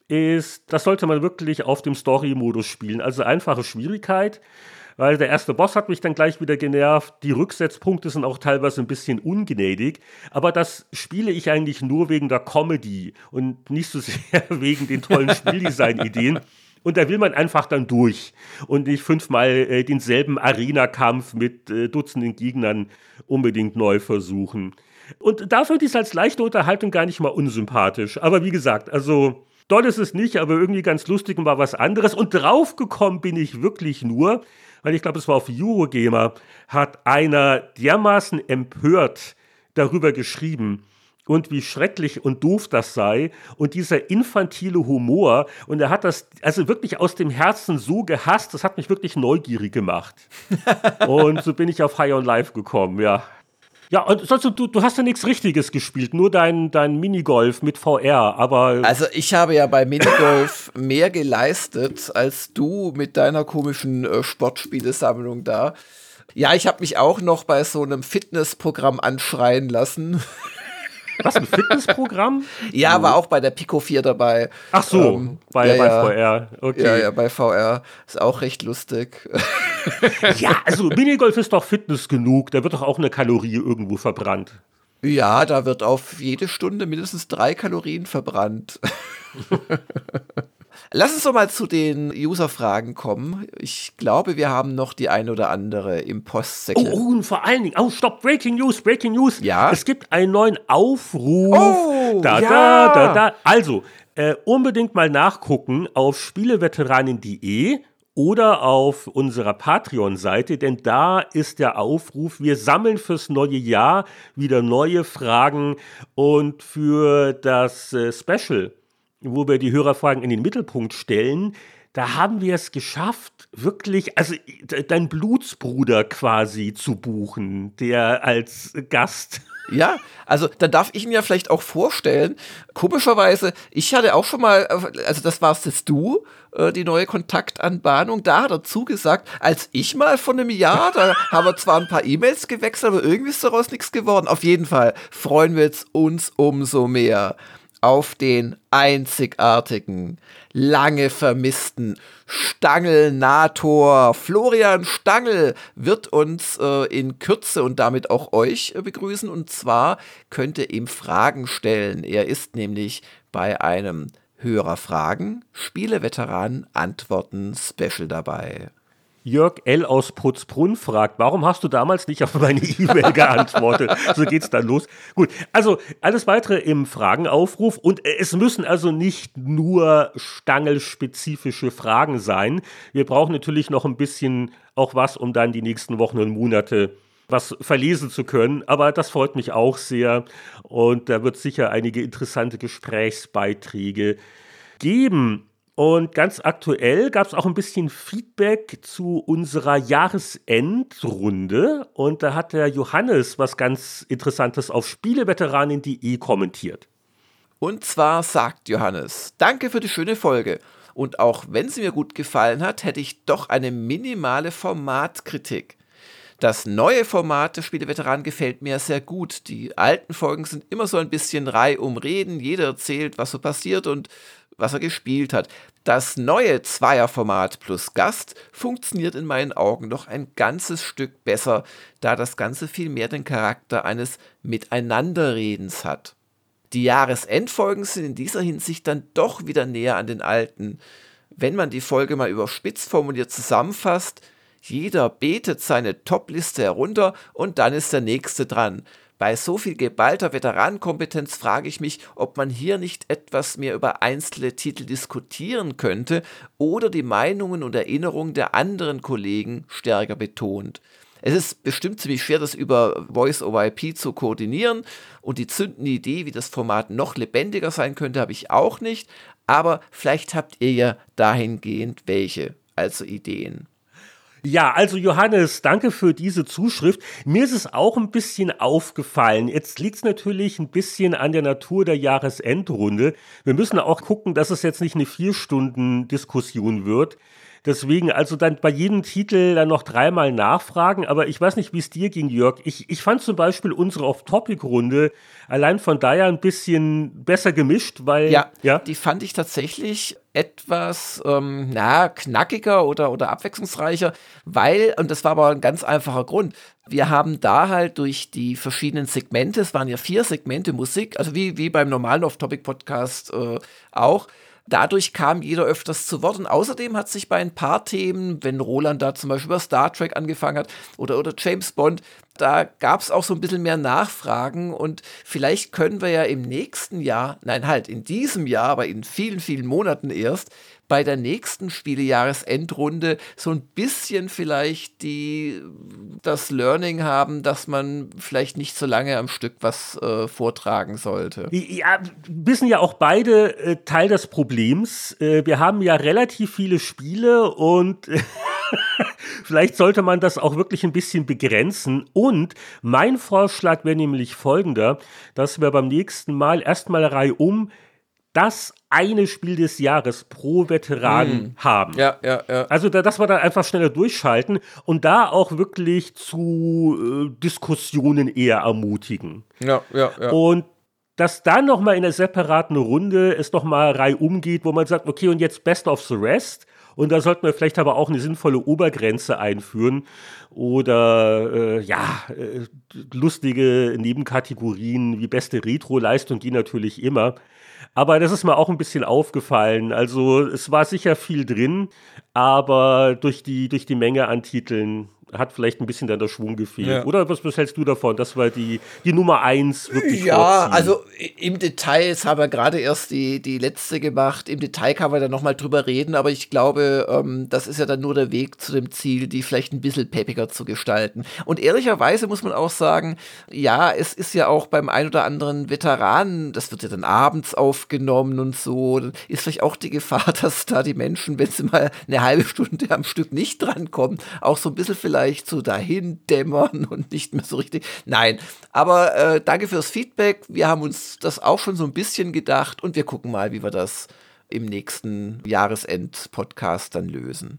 ist, das sollte man wirklich auf dem Story-Modus spielen. Also einfache Schwierigkeit, weil der erste Boss hat mich dann gleich wieder genervt. Die Rücksetzpunkte sind auch teilweise ein bisschen ungnädig. Aber das spiele ich eigentlich nur wegen der Comedy und nicht so sehr wegen den tollen Spieldesign-Ideen. Und da will man einfach dann durch und nicht fünfmal äh, denselben Arena-Kampf mit äh, Dutzenden Gegnern unbedingt neu versuchen. Und da finde ich es als leichte Unterhaltung gar nicht mal unsympathisch. Aber wie gesagt, also doll ist es nicht, aber irgendwie ganz lustig und war was anderes. Und draufgekommen bin ich wirklich nur, weil ich glaube, es war auf Eurogamer, hat einer dermaßen empört darüber geschrieben, und wie schrecklich und doof das sei und dieser infantile Humor. Und er hat das also wirklich aus dem Herzen so gehasst, das hat mich wirklich neugierig gemacht. Und so bin ich auf High on Life gekommen, ja. Ja, und sonst, du, du hast ja nichts Richtiges gespielt, nur dein, dein Minigolf mit V R, aber... Also ich habe ja bei Minigolf mehr geleistet, als du mit deiner komischen äh, Sportspielesammlung da. Ja, ich habe mich auch noch bei so einem Fitnessprogramm anschreien lassen. Was, ein Fitnessprogramm? Ja, war auch bei der Pico vier dabei. Ach so, ähm, bei, ja, bei ja. V R, okay. Ja, ja, bei V R. Ist auch recht lustig. Ja, also Minigolf ist doch Fitness genug, da wird doch auch eine Kalorie irgendwo verbrannt. Ja, da wird auf jede Stunde mindestens drei Kalorien verbrannt. Lass uns doch mal zu den User-Fragen kommen. Ich glaube, wir haben noch die ein oder andere im Postsäckchen. Oh, oh, und vor allen Dingen, oh, stopp, Breaking News, Breaking News. Ja? Es gibt einen neuen Aufruf. Oh, da, ja. da, da, da. Also, äh, unbedingt mal nachgucken auf spieleveteranen punkt de oder auf unserer Patreon-Seite, denn da ist der Aufruf, wir sammeln fürs neue Jahr wieder neue Fragen und für das äh, Special, wo wir die Hörerfragen in den Mittelpunkt stellen, da haben wir es geschafft, wirklich, also dein Blutsbruder quasi zu buchen, der als Gast. Ja, also dann darf ich mir vielleicht auch vorstellen, komischerweise, ich hatte auch schon mal, also das warst jetzt du, die neue Kontaktanbahnung, da hat er zugesagt, als ich mal vor einem Jahr, da haben wir zwar ein paar E-Mails gewechselt, aber irgendwie ist daraus nichts geworden. Auf jeden Fall freuen wir jetzt uns umso mehr auf den einzigartigen, lange vermissten Stangelnator. Florian Stangl wird uns äh, in Kürze und damit auch euch äh, begrüßen. Und zwar könnt ihr ihm Fragen stellen. Er ist nämlich bei einem Hörerfragen, Spieleveteranen Antworten Special dabei. Jörg L. aus Putzbrunn fragt, warum hast du damals nicht auf meine E-Mail geantwortet? So geht's dann los. Gut, also alles weitere im Fragenaufruf und es müssen also nicht nur stangelspezifische Fragen sein. Wir brauchen natürlich noch ein bisschen auch was, um dann die nächsten Wochen und Monate was verlesen zu können, aber das freut mich auch sehr und da wird sicher einige interessante Gesprächsbeiträge geben. Und ganz aktuell gab es auch ein bisschen Feedback zu unserer Jahresendrunde. Und da hat der Johannes was ganz Interessantes auf spieleveteranen punkt de kommentiert. Und zwar sagt Johannes, danke für die schöne Folge. Und auch wenn sie mir gut gefallen hat, hätte ich doch eine minimale Formatkritik. Das neue Format der Spieleveteranen gefällt mir sehr gut. Die alten Folgen sind immer so ein bisschen reihum reden. Jeder erzählt, was so passiert und was er gespielt hat. Das neue Zweierformat plus Gast funktioniert in meinen Augen noch ein ganzes Stück besser, da das Ganze viel mehr den Charakter eines Miteinanderredens hat. Die Jahresendfolgen sind in dieser Hinsicht dann doch wieder näher an den alten. Wenn man die Folge mal überspitzt formuliert zusammenfasst, jeder betet seine Top-Liste herunter und dann ist der Nächste dran. Bei so viel geballter Veteranenkompetenz frage ich mich, ob man hier nicht etwas mehr über einzelne Titel diskutieren könnte oder die Meinungen und Erinnerungen der anderen Kollegen stärker betont. Es ist bestimmt ziemlich schwer, das über Voice-over I P zu koordinieren und die zündende Idee, wie das Format noch lebendiger sein könnte, habe ich auch nicht, aber vielleicht habt ihr ja dahingehend welche, also Ideen. Ja, also Johannes, danke für diese Zuschrift. Mir ist es auch ein bisschen aufgefallen. Jetzt liegt es natürlich ein bisschen an der Natur der Jahresendrunde. Wir müssen auch gucken, dass es jetzt nicht eine vier Stunden Diskussion wird. Deswegen also dann bei jedem Titel dann noch dreimal nachfragen. Aber ich weiß nicht, wie es dir ging, Jörg. Ich, ich fand zum Beispiel unsere Off-Topic-Runde allein von daher ein bisschen besser gemischt, weil... Ja, ja? die fand ich tatsächlich etwas, ähm, na, knackiger oder, oder abwechslungsreicher, weil, und das war aber ein ganz einfacher Grund, wir haben da halt durch die verschiedenen Segmente, es waren ja vier Segmente Musik, also wie, wie beim normalen Off-Topic-Podcast äh, auch, dadurch kam jeder öfters zu Wort und außerdem hat sich bei ein paar Themen, wenn Roland da zum Beispiel über Star Trek angefangen hat oder, oder James Bond, da gab es auch so ein bisschen mehr Nachfragen und vielleicht können wir ja im nächsten Jahr, nein halt in diesem Jahr, aber in vielen, vielen Monaten erst, bei der nächsten Spielejahresendrunde so ein bisschen vielleicht die, das Learning haben, dass man vielleicht nicht so lange am Stück was äh, vortragen sollte. Ja, wir sind ja auch beide äh, Teil des Problems. Äh, wir haben ja relativ viele Spiele und vielleicht sollte man das auch wirklich ein bisschen begrenzen. Und mein Vorschlag wäre nämlich folgender, dass wir beim nächsten Mal erstmal reihum das eine Spiel des Jahres pro Veteran mm. haben. Ja, ja, ja. Also, da, dass wir dann einfach schneller durchschalten und da auch wirklich zu äh, Diskussionen eher ermutigen. Ja, ja, ja. Und dass dann nochmal in einer separaten Runde es nochmal reihum geht, wo man sagt, okay, und jetzt Best of the Rest. Und da sollten wir vielleicht aber auch eine sinnvolle Obergrenze einführen oder äh, ja, äh, lustige Nebenkategorien wie beste Retro-Leistung, die natürlich immer. Aber das ist mir auch ein bisschen aufgefallen. Also es war sicher viel drin, aber durch die, durch die Menge an Titeln hat vielleicht ein bisschen dann der Schwung gefehlt. Ja. Oder was, was hältst du davon, dass wir die, die Nummer eins wirklich Ja, vorziehen? Also im Detail, jetzt haben wir gerade erst die, die letzte gemacht, im Detail kann man da nochmal drüber reden, aber ich glaube, ähm, das ist ja dann nur der Weg zu dem Ziel, die vielleicht ein bisschen peppiger zu gestalten. Und ehrlicherweise muss man auch sagen, ja, es ist ja auch beim ein oder anderen Veteranen, das wird ja dann abends aufgenommen und so, dann ist vielleicht auch die Gefahr, dass da die Menschen, wenn sie mal eine halbe Stunde am Stück nicht drankommen, auch so ein bisschen vielleicht so dahin dämmern und nicht mehr so richtig. Nein, aber äh, danke fürs Feedback. Wir haben uns das auch schon so ein bisschen gedacht und wir gucken mal, wie wir das im nächsten Jahresend-Podcast dann lösen.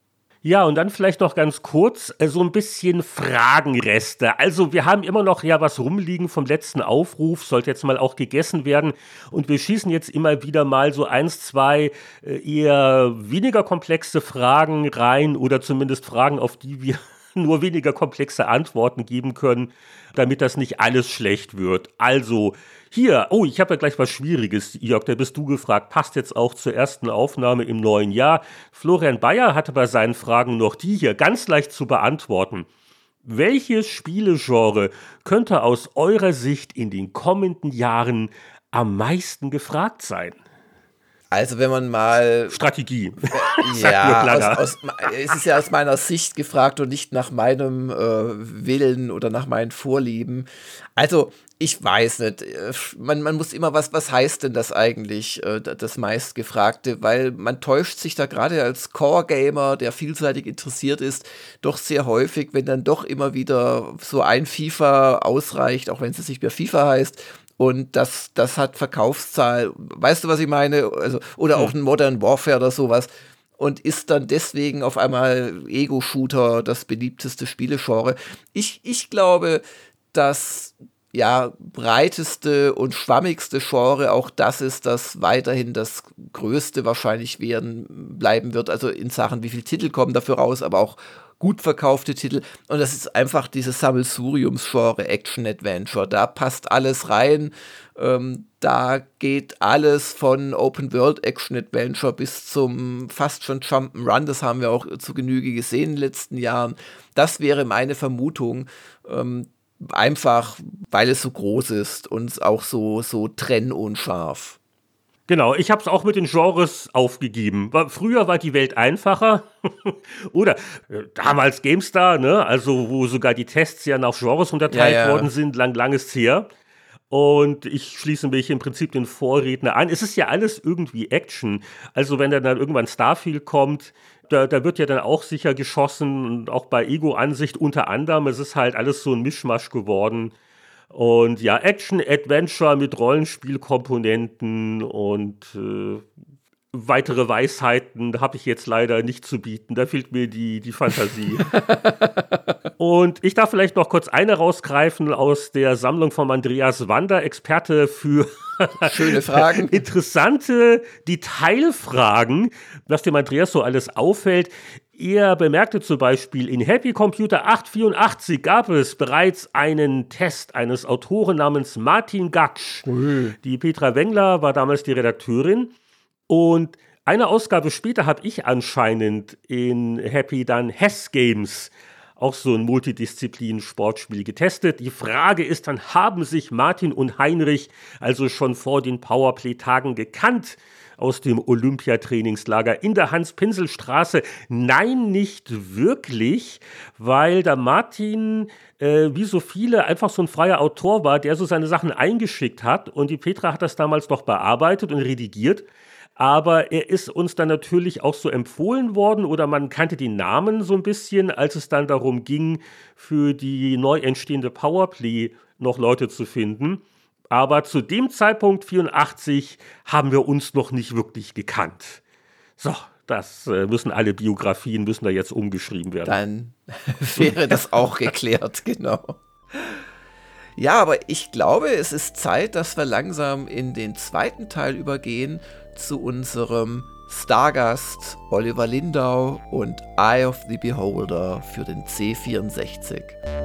Ja, und dann vielleicht noch ganz kurz äh, so ein bisschen Fragenreste. Also wir haben immer noch ja was rumliegen vom letzten Aufruf, sollte jetzt mal auch gegessen werden. Und wir schießen jetzt immer wieder mal so eins, zwei äh, eher weniger komplexe Fragen rein oder zumindest Fragen, auf die wir nur weniger komplexe Antworten geben können, damit das nicht alles schlecht wird. Also hier, oh, ich habe ja gleich was Schwieriges, Jörg, da bist du gefragt, passt jetzt auch zur ersten Aufnahme im neuen Jahr. Florian Bayer hatte bei seinen Fragen noch die hier, ganz leicht zu beantworten. Welches Spielegenre könnte aus eurer Sicht in den kommenden Jahren am meisten gefragt sein? Also wenn man mal... Strategie. Äh, ja, aus, aus, es ist ja aus meiner Sicht gefragt und nicht nach meinem äh, Willen oder nach meinen Vorlieben. Also ich weiß nicht, man, man muss immer, was, was heißt denn das eigentlich, äh, das meistgefragte, weil man täuscht sich da gerade als Core-Gamer, der vielseitig interessiert ist, doch sehr häufig, wenn dann doch immer wieder so ein FIFA ausreicht, auch wenn es nicht mehr FIFA heißt. Und das, das hat Verkaufszahl, weißt du, was ich meine? Also, oder auch ein Modern Warfare oder sowas. Und ist dann deswegen auf einmal Ego-Shooter das beliebteste Spielegenre. Ich, ich glaube, dass ja, breiteste und schwammigste Genre auch das ist, das weiterhin das größte wahrscheinlich werden bleiben wird. Also in Sachen, wie viele Titel kommen dafür raus, aber auch gut verkaufte Titel. Und das ist einfach dieses Sammelsuriums-Genre, Action-Adventure. Da passt alles rein. Ähm, da geht alles von Open-World-Action-Adventure bis zum fast schon Jump'n'Run. Das haben wir auch zu Genüge gesehen in den letzten Jahren. Das wäre meine Vermutung. Ähm, einfach, weil es so groß ist und auch so, so trennunscharf. Genau, ich habe es auch mit den Genres aufgegeben. Früher war die Welt einfacher. Oder äh, damals GameStar, ne? Also wo sogar die Tests ja nach Genres unterteilt ja, ja. worden sind, lang, langes her. Und ich schließe mich im Prinzip den Vorredner an. Es ist ja alles irgendwie Action. Also wenn dann, dann irgendwann Starfield kommt, da, da wird ja dann auch sicher geschossen. Und auch bei Ego-Ansicht unter anderem. Es ist halt alles so ein Mischmasch geworden. Und ja, Action-Adventure mit Rollenspielkomponenten und äh, weitere Weisheiten habe ich jetzt leider nicht zu bieten. Da fehlt mir die, die Fantasie. Und ich darf vielleicht noch kurz eine rausgreifen aus der Sammlung von Andreas Wander, Experte für schöne Fragen. Interessante Detailfragen, was dem Andreas so alles auffällt. Er bemerkte zum Beispiel, in Happy Computer achthundertvierundachtzig gab es bereits einen Test eines Autoren namens Martin Gaksch. Ui. Die Petra Wengler war damals die Redakteurin. Und eine Ausgabe später habe ich anscheinend in Happy dann Hess Games, auch so ein Multidisziplin-Sportspiel, getestet. Die Frage ist dann, haben sich Martin und Heinrich also schon vor den Powerplay-Tagen gekannt aus dem Olympiatrainingslager in der Hans-Pinsel-Straße? Nein, nicht wirklich, weil der Martin, äh, wie so viele, einfach so ein freier Autor war, der so seine Sachen eingeschickt hat. Und die Petra hat das damals noch bearbeitet und redigiert. Aber er ist uns dann natürlich auch so empfohlen worden oder man kannte die Namen so ein bisschen, als es dann darum ging, für die neu entstehende Powerplay noch Leute zu finden. Aber zu dem Zeitpunkt, vierundachtzig, haben wir uns noch nicht wirklich gekannt. So, das äh, müssen alle Biografien, müssen da jetzt umgeschrieben werden. Dann wäre das auch geklärt, genau. Ja, aber ich glaube, es ist Zeit, dass wir langsam in den zweiten Teil übergehen, zu unserem Stargast Oliver Lindau und Eye of the Beholder für den C vierundsechzig.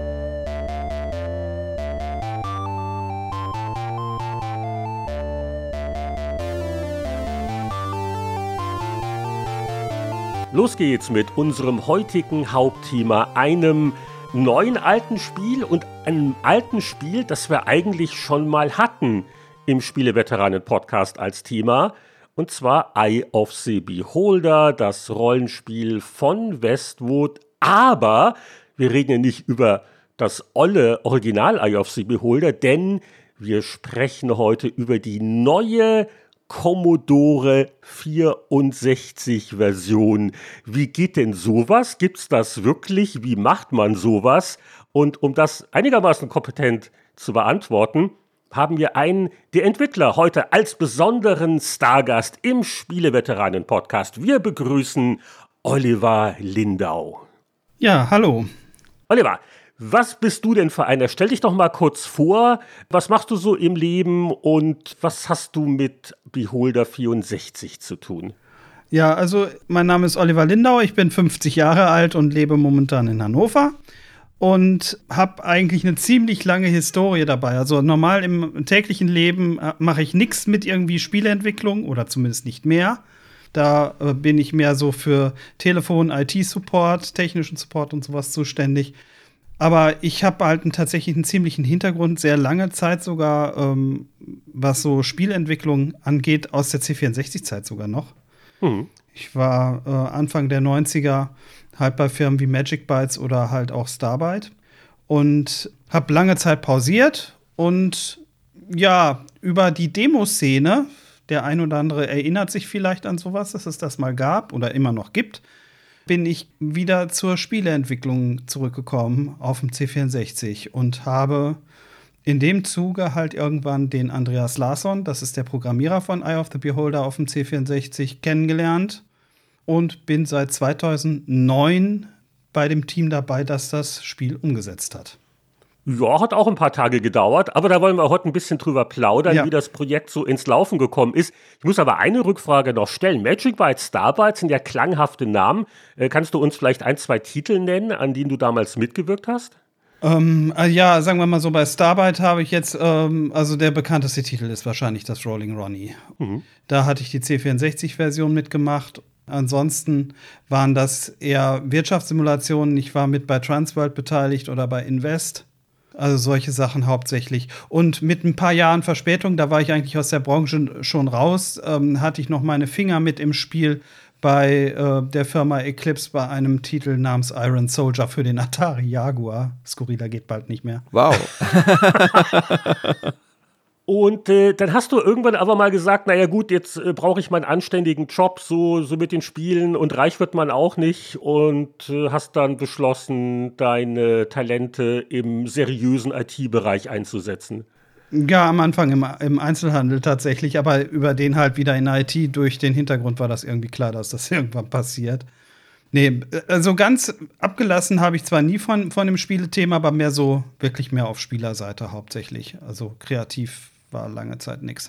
Los geht's mit unserem heutigen Hauptthema, einem neuen alten Spiel und einem alten Spiel, das wir eigentlich schon mal hatten im Spieleveteranen-Podcast als Thema. Und zwar Eye of the Beholder, das Rollenspiel von Westwood. Aber wir reden ja nicht über das olle Original Eye of the Beholder, denn wir sprechen heute über die neue Commodore vierundsechzig Version. Wie geht denn sowas? Gibt's das wirklich? Wie macht man sowas? Und um das einigermaßen kompetent zu beantworten, haben wir einen der Entwickler heute als besonderen Stargast im Spieleveteranen-Podcast. Wir begrüßen Oliver Lindau. Ja, hallo. Oliver, was bist du denn für einer? Stell dich doch mal kurz vor. Was machst du so im Leben und was hast du mit Beholder vierundsechzig zu tun? Ja, also mein Name ist Oliver Lindau, ich bin fünfzig Jahre alt und lebe momentan in Hannover. Und habe eigentlich eine ziemlich lange Historie dabei. Also normal im täglichen Leben mache ich nichts mit irgendwie Spieleentwicklung oder zumindest nicht mehr. Da äh, bin ich mehr so für Telefon, I T-Support, technischen Support und sowas zuständig. Aber ich habe halt einen, tatsächlich einen ziemlichen Hintergrund, sehr lange Zeit sogar, ähm, was so Spielentwicklung angeht, aus der C vierundsechzig-Zeit sogar noch. Mhm. Ich war äh, Anfang der neunziger halt bei Firmen wie Magic Bytes oder halt auch Starbyte und habe lange Zeit pausiert und ja, über die Demoszene, der ein oder andere erinnert sich vielleicht an sowas, dass es das mal gab oder immer noch gibt, bin ich wieder zur Spieleentwicklung zurückgekommen auf dem C vierundsechzig und habe in dem Zuge halt irgendwann den Andreas Larsson, das ist der Programmierer von Eye of the Beholder auf dem C vierundsechzig, kennengelernt. Und bin seit zweitausendneun bei dem Team dabei, das das Spiel umgesetzt hat. Ja, hat auch ein paar Tage gedauert, aber da wollen wir heute ein bisschen drüber plaudern, ja, wie das Projekt so ins Laufen gekommen ist. Ich muss aber eine Rückfrage noch stellen. Magic Bytes, Starbyte sind ja klanghafte Namen. Äh, kannst du uns vielleicht ein, zwei Titel nennen, an denen du damals mitgewirkt hast? Ähm, ja, sagen wir mal so, bei Starbyte habe ich jetzt, ähm, also der bekannteste Titel ist wahrscheinlich das Rolling Ronnie. Mhm. Da hatte ich die C vierundsechzig-Version mitgemacht. Ansonsten waren das eher Wirtschaftssimulationen. Ich war mit bei Transworld beteiligt oder bei Invest. Also solche Sachen hauptsächlich. Und mit ein paar Jahren Verspätung, da war ich eigentlich aus der Branche schon raus, ähm, hatte ich noch meine Finger mit im Spiel bei äh, der Firma Eclipse bei einem Titel namens Iron Soldier für den Atari Jaguar. Skurriler geht bald nicht mehr. Wow. Und äh, dann hast du irgendwann aber mal gesagt, naja gut, jetzt äh, brauche ich mal einen anständigen Job, so, so mit den Spielen und reich wird man auch nicht und äh, hast dann beschlossen, deine Talente im seriösen I T-Bereich einzusetzen. Ja, am Anfang im, im Einzelhandel tatsächlich, aber über den halt wieder in I T durch den Hintergrund war das irgendwie klar, dass das irgendwann passiert. Nee, also ganz abgelassen habe ich zwar nie von, von dem Spielethema, aber mehr so, wirklich mehr auf Spielerseite hauptsächlich. Also kreativ war lange Zeit nix.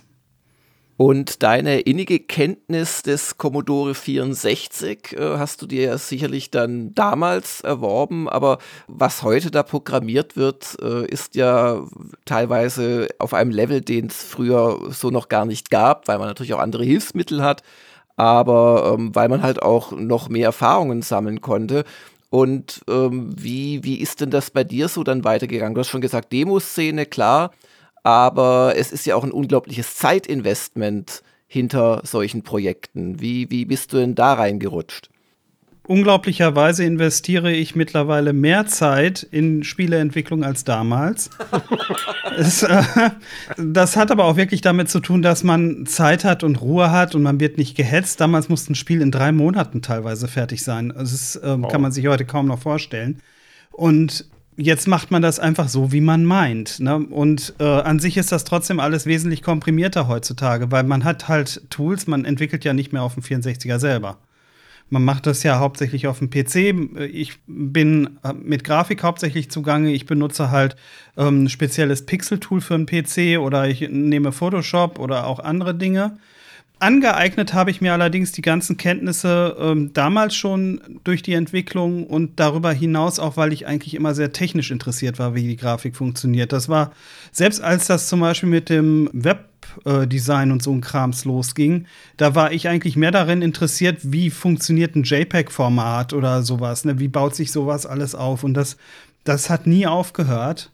Und deine innige Kenntnis des Commodore vierundsechzig äh, hast du dir ja sicherlich dann damals erworben, aber was heute da programmiert wird, äh, ist ja teilweise auf einem Level, den es früher so noch gar nicht gab, weil man natürlich auch andere Hilfsmittel hat, aber ähm, weil man halt auch noch mehr Erfahrungen sammeln konnte. Und ähm, wie, wie ist denn das bei dir so dann weitergegangen? Du hast schon gesagt, Demoszene, klar, aber es ist ja auch ein unglaubliches Zeitinvestment hinter solchen Projekten. Wie, wie bist du denn da reingerutscht? Unglaublicherweise investiere ich mittlerweile mehr Zeit in Spieleentwicklung als damals. es, äh, das hat aber auch wirklich damit zu tun, dass man Zeit hat und Ruhe hat und man wird nicht gehetzt. Damals musste ein Spiel in drei Monaten teilweise fertig sein. Das ist, äh, oh. kann man sich heute kaum noch vorstellen. Und jetzt macht man das einfach so, wie man meint. Ne? Und äh, an sich ist das trotzdem alles wesentlich komprimierter heutzutage, weil man hat halt Tools, man entwickelt ja nicht mehr auf dem vierundsechziger selber. Man macht das ja hauptsächlich auf dem P C. Ich bin mit Grafik hauptsächlich zugange. Ich benutze halt ähm, ein spezielles Pixel-Tool für einen P C oder ich nehme Photoshop oder auch andere Dinge. Angeeignet habe ich mir allerdings die ganzen Kenntnisse ähm, damals schon durch die Entwicklung und darüber hinaus auch, weil ich eigentlich immer sehr technisch interessiert war, wie die Grafik funktioniert. Das war, selbst als das zum Beispiel mit dem Webdesign und so ein Krams losging, da war ich eigentlich mehr darin interessiert, wie funktioniert ein JPEG-Format oder sowas, ne? Wie baut sich sowas alles auf? Und das, das hat nie aufgehört.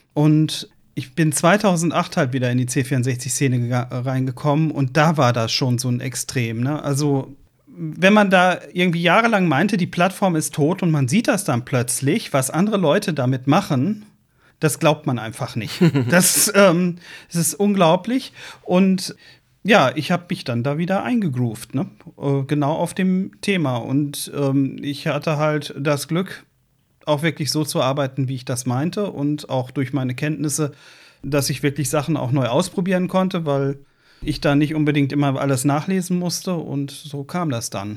Und ich bin zweitausendacht halt wieder in die C vierundsechzig-Szene reingekommen und da war das schon so ein Extrem. Ne? Also, wenn man da irgendwie jahrelang meinte, die Plattform ist tot und man sieht das dann plötzlich, was andere Leute damit machen, das glaubt man einfach nicht. das, ähm, das ist unglaublich. Und ja, ich habe mich dann da wieder eingegroovt, ne? äh, genau auf dem Thema. Und ähm, ich hatte halt das Glück, auch wirklich so zu arbeiten, wie ich das meinte und auch durch meine Kenntnisse, dass ich wirklich Sachen auch neu ausprobieren konnte, weil ich da nicht unbedingt immer alles nachlesen musste und so kam das dann.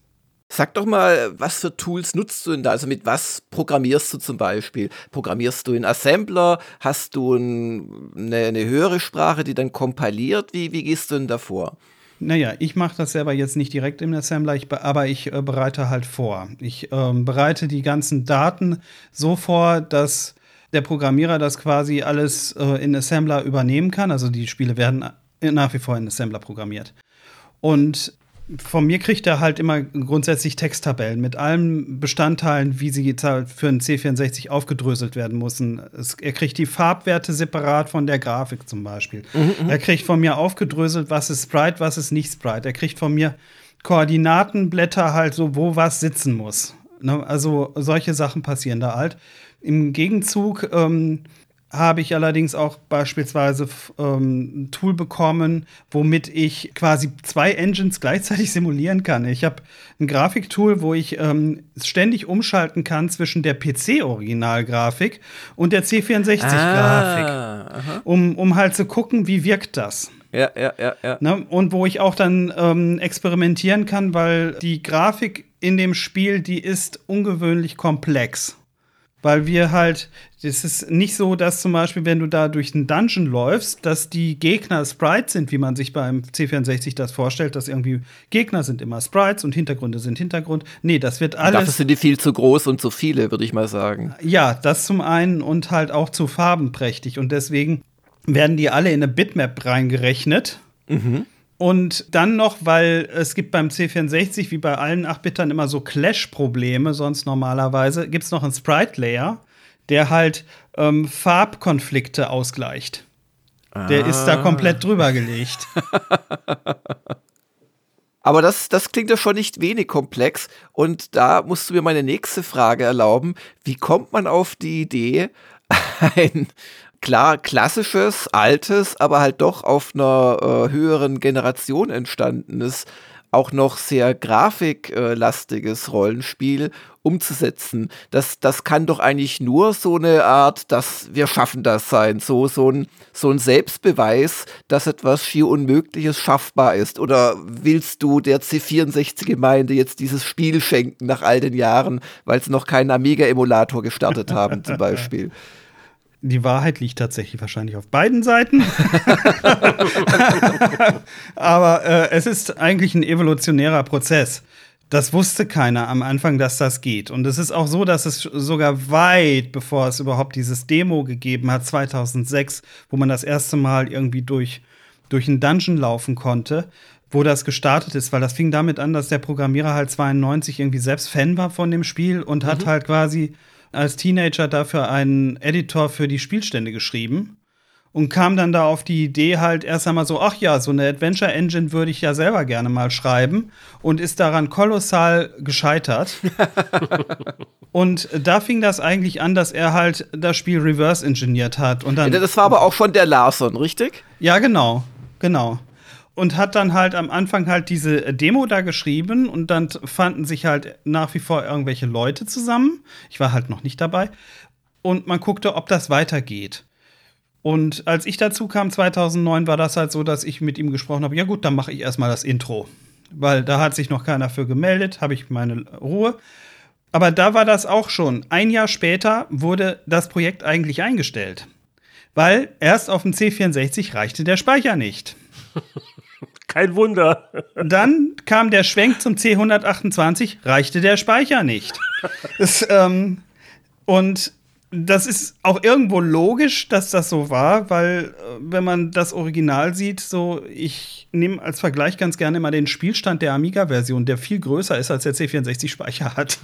Sag doch mal, was für Tools nutzt du denn da? Also mit was programmierst du zum Beispiel? Programmierst du in Assembler? Hast du ein, eine, eine höhere Sprache, die dann kompiliert? Wie, wie gehst du denn davor? Naja, ich mache das selber jetzt nicht direkt im Assembler, ich be- aber ich äh, bereite halt vor. Ich ähm, bereite die ganzen Daten so vor, dass der Programmierer das quasi alles äh, in Assembler übernehmen kann. Also die Spiele werden nach wie vor in Assembler programmiert. Und von mir kriegt er halt immer grundsätzlich Texttabellen mit allen Bestandteilen, wie sie jetzt halt für einen C vierundsechzig aufgedröselt werden müssen. Es, er kriegt die Farbwerte separat von der Grafik zum Beispiel. Mhm, er kriegt von mir aufgedröselt, was ist Sprite, was ist nicht Sprite. Er kriegt von mir Koordinatenblätter halt so, wo was sitzen muss. Ne? Also solche Sachen passieren da halt. Im Gegenzug ähm, habe ich allerdings auch beispielsweise ähm, ein Tool bekommen, womit ich quasi zwei Engines gleichzeitig simulieren kann. Ich habe ein Grafiktool, wo ich ähm, ständig umschalten kann zwischen der P C-Originalgrafik und der C vierundsechzig-Grafik, ah, um, um halt zu gucken, wie wirkt das. Ja, ja, ja, ja. Ne? Und wo ich auch dann ähm, experimentieren kann, weil die Grafik in dem Spiel, die ist ungewöhnlich komplex. Weil wir halt, es ist nicht so, dass zum Beispiel, wenn du da durch einen Dungeon läufst, dass die Gegner Sprites sind, wie man sich beim C vierundsechzig das vorstellt, dass irgendwie Gegner sind immer Sprites und Hintergründe sind Hintergrund. Nee, das wird alles. Dafür sind die viel zu groß und zu viele, würde ich mal sagen. Ja, das zum einen und halt auch zu farbenprächtig. Und deswegen werden die alle in eine Bitmap reingerechnet. Mhm. Und dann noch, weil es gibt beim C vierundsechzig, wie bei allen acht-Bitern, immer so Clash-Probleme, sonst normalerweise, gibt es noch einen Sprite-Layer, der halt ähm, Farbkonflikte ausgleicht. Ah. Der ist da komplett drüber gelegt. Aber das, das klingt ja schon nicht wenig komplex. Und da musst du mir meine nächste Frage erlauben. Wie kommt man auf die Idee, ein klar klassisches, altes, aber halt doch auf einer äh, höheren Generation entstandenes auch noch sehr grafiklastiges Rollenspiel umzusetzen. Das, das kann doch eigentlich nur so eine Art, dass wir schaffen das sein, so, so, ein, so ein Selbstbeweis, dass etwas schier Unmögliches schaffbar ist. Oder willst du der C vierundsechzig-Gemeinde jetzt dieses Spiel schenken nach all den Jahren, weil sie noch keinen Amiga-Emulator gestartet haben zum Beispiel? Die Wahrheit liegt tatsächlich wahrscheinlich auf beiden Seiten. Aber äh, es ist eigentlich ein evolutionärer Prozess. Das wusste keiner am Anfang, dass das geht. Und es ist auch so, dass es sogar weit bevor es überhaupt dieses Demo gegeben hat, zweitausendsechs, wo man das erste Mal irgendwie durch, durch einen Dungeon laufen konnte, wo das gestartet ist, weil das fing damit an, dass der Programmierer halt zweiundneunzig irgendwie selbst Fan war von dem Spiel und mhm. hat halt quasi als Teenager dafür einen Editor für die Spielstände geschrieben und kam dann da auf die Idee halt erst einmal so, ach ja, so eine Adventure-Engine würde ich ja selber gerne mal schreiben und ist daran kolossal gescheitert. Und da fing das eigentlich an, dass er halt das Spiel reverse-engineert hat. Und dann, das war aber auch schon der Larsson, richtig? Ja, genau, genau. Und hat dann halt am Anfang halt diese Demo da geschrieben und dann fanden sich halt nach wie vor irgendwelche Leute zusammen. Ich war halt noch nicht dabei. Und man guckte, ob das weitergeht. Und als ich dazu kam, zweitausendneun, war das halt so, dass ich mit ihm gesprochen habe, ja gut, dann mache ich erstmal das Intro. Weil da hat sich noch keiner für gemeldet, habe ich meine Ruhe. Aber da war das auch schon. Ein Jahr später wurde das Projekt eigentlich eingestellt. Weil erst auf dem C vierundsechzig reichte der Speicher nicht. Kein Wunder. Dann kam der Schwenk zum C hundertachtundzwanzig, reichte der Speicher nicht. Das, ähm, und das ist auch irgendwo logisch, dass das so war, weil äh, wenn man das Original sieht, so ich nehme als Vergleich ganz gerne mal den Spielstand der Amiga-Version, der viel größer ist, als der C vierundsechzig-Speicher hat.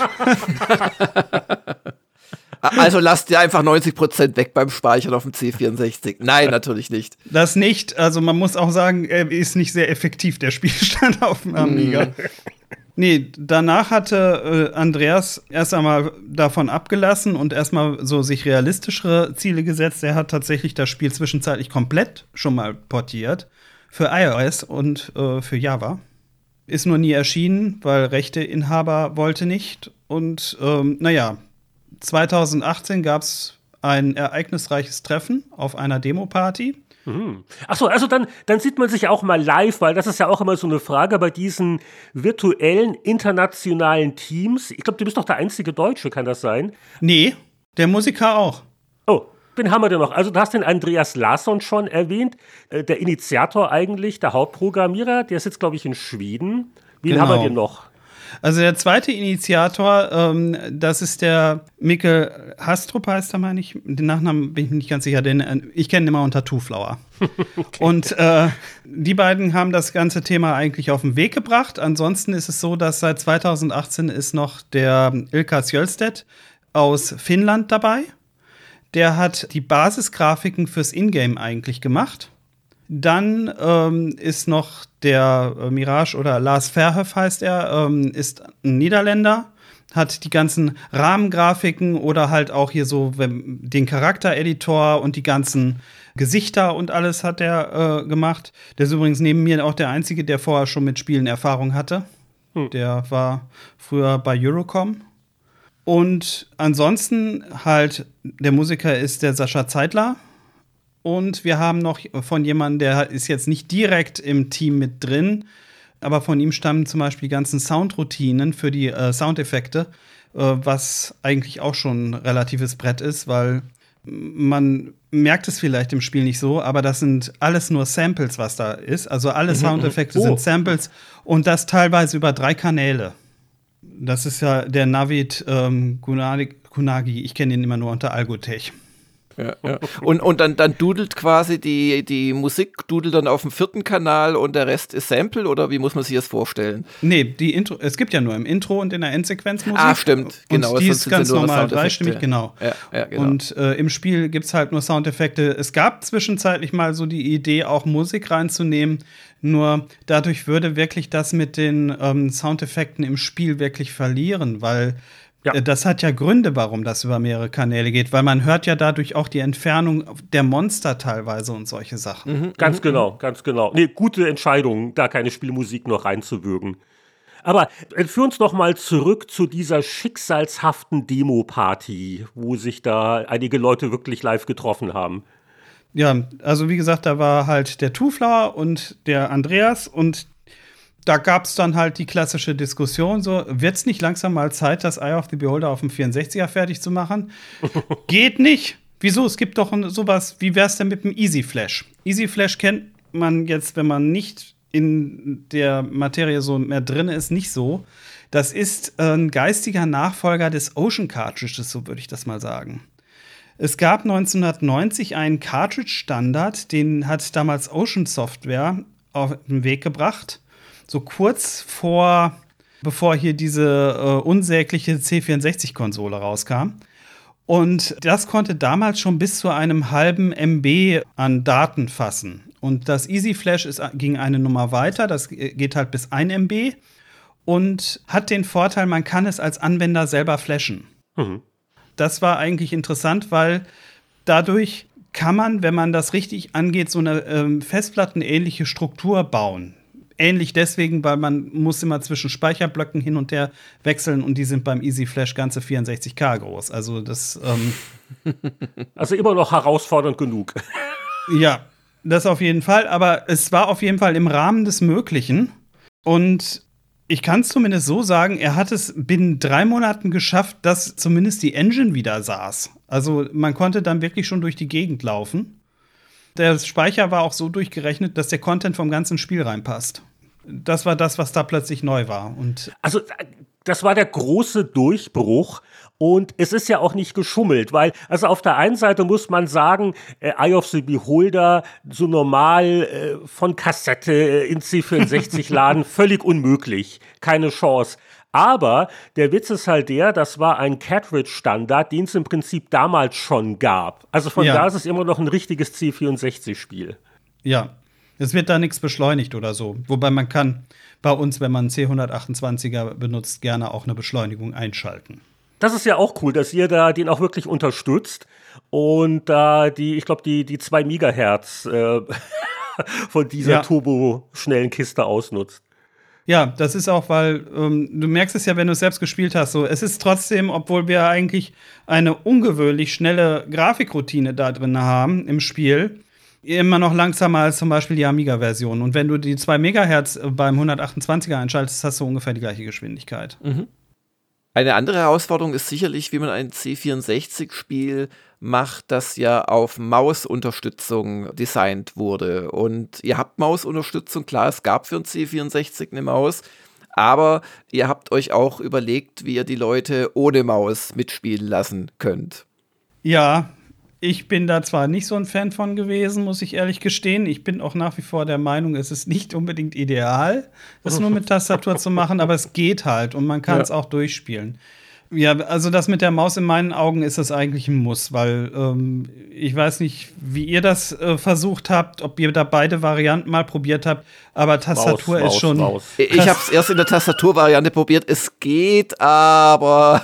Also lasst ihr einfach neunzig Prozent weg beim Speichern auf dem C vierundsechzig. Nein, natürlich nicht. Das nicht. Also man muss auch sagen, er ist nicht sehr effektiv, der Spielstand auf dem Amiga. Mm. Nee, danach hatte äh, Andreas erst einmal davon abgelassen und erstmal so sich realistischere Ziele gesetzt. Er hat tatsächlich das Spiel zwischenzeitlich komplett schon mal portiert für iOS und äh, für Java. Ist nur nie erschienen, weil Rechteinhaber wollte nicht. Und ähm, naja, zweitausendachtzehn gab es ein ereignisreiches Treffen auf einer Demo-Party. Mhm. Achso, also dann, dann sieht man sich auch mal live, weil das ist ja auch immer so eine Frage bei diesen virtuellen internationalen Teams. Ich glaube, du bist doch der einzige Deutsche, kann das sein? Nee, der Musiker auch. Oh, wen haben wir denn noch? Also du hast den Andreas Larsson schon erwähnt, äh, der Initiator eigentlich, der Hauptprogrammierer, der sitzt, glaube ich, in Schweden. Wen genau. haben wir denn noch? Also der zweite Initiator, ähm, das ist der Mikkel Hastrup, heißt er, meine ich. Den Nachnamen bin ich mir nicht ganz sicher, denn äh, ich kenne ihn immer unter Two-Flower. Okay. Und äh, die beiden haben das ganze Thema eigentlich auf den Weg gebracht. Ansonsten ist es so, dass seit zweitausendachtzehn ist noch der Ilkka Sjöstedt aus Finnland dabei. Der hat die Basisgrafiken fürs Ingame eigentlich gemacht. Dann ähm, ist noch der äh, Mirage oder Lars Verhoef heißt er, ähm, ist ein Niederländer, hat die ganzen Rahmengrafiken oder halt auch hier so wenn, den Charaktereditor und die ganzen Gesichter und alles hat er äh, gemacht. Der ist übrigens neben mir auch der Einzige, der vorher schon mit Spielen Erfahrung hatte. Hm. Der war früher bei Eurocom. Und ansonsten halt, der Musiker ist der Sascha Zeitler. Und wir haben noch von jemandem, der ist jetzt nicht direkt im Team mit drin, aber von ihm stammen zum Beispiel die ganzen Soundroutinen für die äh, Soundeffekte, äh, was eigentlich auch schon ein relatives Brett ist, weil man merkt es vielleicht im Spiel nicht so, aber das sind alles nur Samples, was da ist. Also alle Soundeffekte oh. sind Samples und das teilweise über drei Kanäle. Das ist ja der Navid ähm, Kunagi, ich kenne ihn immer nur unter Algotech. Ja, ja. Und, und dann, dann dudelt quasi die, die Musik, dudelt dann auf dem vierten Kanal und der Rest ist Sample oder wie muss man sich das vorstellen? Nee, die Intro, es gibt ja nur im Intro und in der Endsequenz Musik. Ah, stimmt, genau. Und die ist ganz normal dreistimmig, genau. Ja, ja, genau. Und äh, im Spiel gibt es halt nur Soundeffekte. Es gab zwischenzeitlich mal so die Idee, auch Musik reinzunehmen, nur dadurch würde wirklich das mit den ähm, Soundeffekten im Spiel wirklich verlieren, weil Ja. Das hat ja Gründe, warum das über mehrere Kanäle geht, weil man hört ja dadurch auch die Entfernung der Monster teilweise und solche Sachen. Mhm, ganz mhm, genau, ganz genau. Nee, gute Entscheidung, da keine Spielmusik noch reinzuwürgen. Aber führ uns noch mal zurück zu dieser schicksalshaften Demo-Party, wo sich da einige Leute wirklich live getroffen haben. Ja, also wie gesagt, da war halt der Two-Flower und der Andreas und da gab es dann halt die klassische Diskussion, so, wird's nicht langsam mal Zeit, das Eye of the Beholder auf dem vierundsechziger fertig zu machen? Geht nicht. Wieso? Es gibt doch sowas, wie wär's denn mit dem Easy Flash? Easy Flash kennt man jetzt, wenn man nicht in der Materie so mehr drin ist, nicht so. Das ist ein geistiger Nachfolger des Ocean Cartridges, so würde ich das mal sagen. Es gab neunzehnhundertneunzig einen Cartridge-Standard, den hat damals Ocean Software auf den Weg gebracht. So kurz vor, bevor hier diese äh, unsägliche C vierundsechzig-Konsole rauskam. Und das konnte damals schon bis zu einem halben M B an Daten fassen. Und das Easy Flash ist, ging eine Nummer weiter, das geht halt bis ein M B und hat den Vorteil, man kann es als Anwender selber flashen. Mhm. Das war eigentlich interessant, weil dadurch kann man, wenn man das richtig angeht, so eine ähm, festplattenähnliche Struktur bauen. Ähnlich deswegen, weil man muss immer zwischen Speicherblöcken hin und her wechseln und die sind beim Easy Flash ganze vierundsechzig K groß. Also das ähm also immer noch herausfordernd genug. Ja, das auf jeden Fall. Aber es war auf jeden Fall im Rahmen des Möglichen. Und ich kann es zumindest so sagen, er hat es binnen drei Monaten geschafft, dass zumindest die Engine wieder saß. Also man konnte dann wirklich schon durch die Gegend laufen. Der Speicher war auch so durchgerechnet, dass der Content vom ganzen Spiel reinpasst. Das war das, was da plötzlich neu war. Und also das war der große Durchbruch. Und es ist ja auch nicht geschummelt, weil, also auf der einen Seite muss man sagen, äh, Eye of the Beholder so normal äh, von Kassette äh, in C vierundsechzig laden, völlig unmöglich, keine Chance. Aber der Witz ist halt der, das war ein Cartridge-Standard, den es im Prinzip damals schon gab. Also von ja. da ist es immer noch ein richtiges C vierundsechzig-Spiel. Ja, es wird da nichts beschleunigt oder so. Wobei man kann bei uns, wenn man C hundertachtundzwanziger benutzt, gerne auch eine Beschleunigung einschalten. Das ist ja auch cool, dass ihr da den auch wirklich unterstützt und da äh, die, ich glaube, die, die zwei Megahertz äh, von dieser ja. turboschnellen Kiste ausnutzt. Ja, das ist auch, weil ähm, du merkst es ja, wenn du es selbst gespielt hast, so, es ist trotzdem, obwohl wir eigentlich eine ungewöhnlich schnelle Grafikroutine da drin haben im Spiel, immer noch langsamer als zum Beispiel die Amiga-Version. Und wenn du die zwei Megahertz beim hundertachtundzwanziger einschaltest, hast du ungefähr die gleiche Geschwindigkeit. Mhm. Eine andere Herausforderung ist sicherlich, wie man ein C vierundsechzig-Spiel macht, das ja auf Mausunterstützung designt wurde. Und ihr habt Mausunterstützung, klar, es gab für ein C vierundsechzig eine Maus, aber ihr habt euch auch überlegt, wie ihr die Leute ohne Maus mitspielen lassen könnt. Ja, ich bin da zwar nicht so ein Fan von gewesen, muss ich ehrlich gestehen. Ich bin auch nach wie vor der Meinung, es ist nicht unbedingt ideal, das nur mit Tastatur zu machen, aber es geht halt und man kann es ja. auch durchspielen. Ja, also das mit der Maus in meinen Augen ist das eigentlich ein Muss, weil ähm, ich weiß nicht, wie ihr das äh, versucht habt, ob ihr da beide Varianten mal probiert habt, aber Tastatur Maus, ist Maus, schon. Maus. Ich habe es erst in der Tastaturvariante probiert, es geht, aber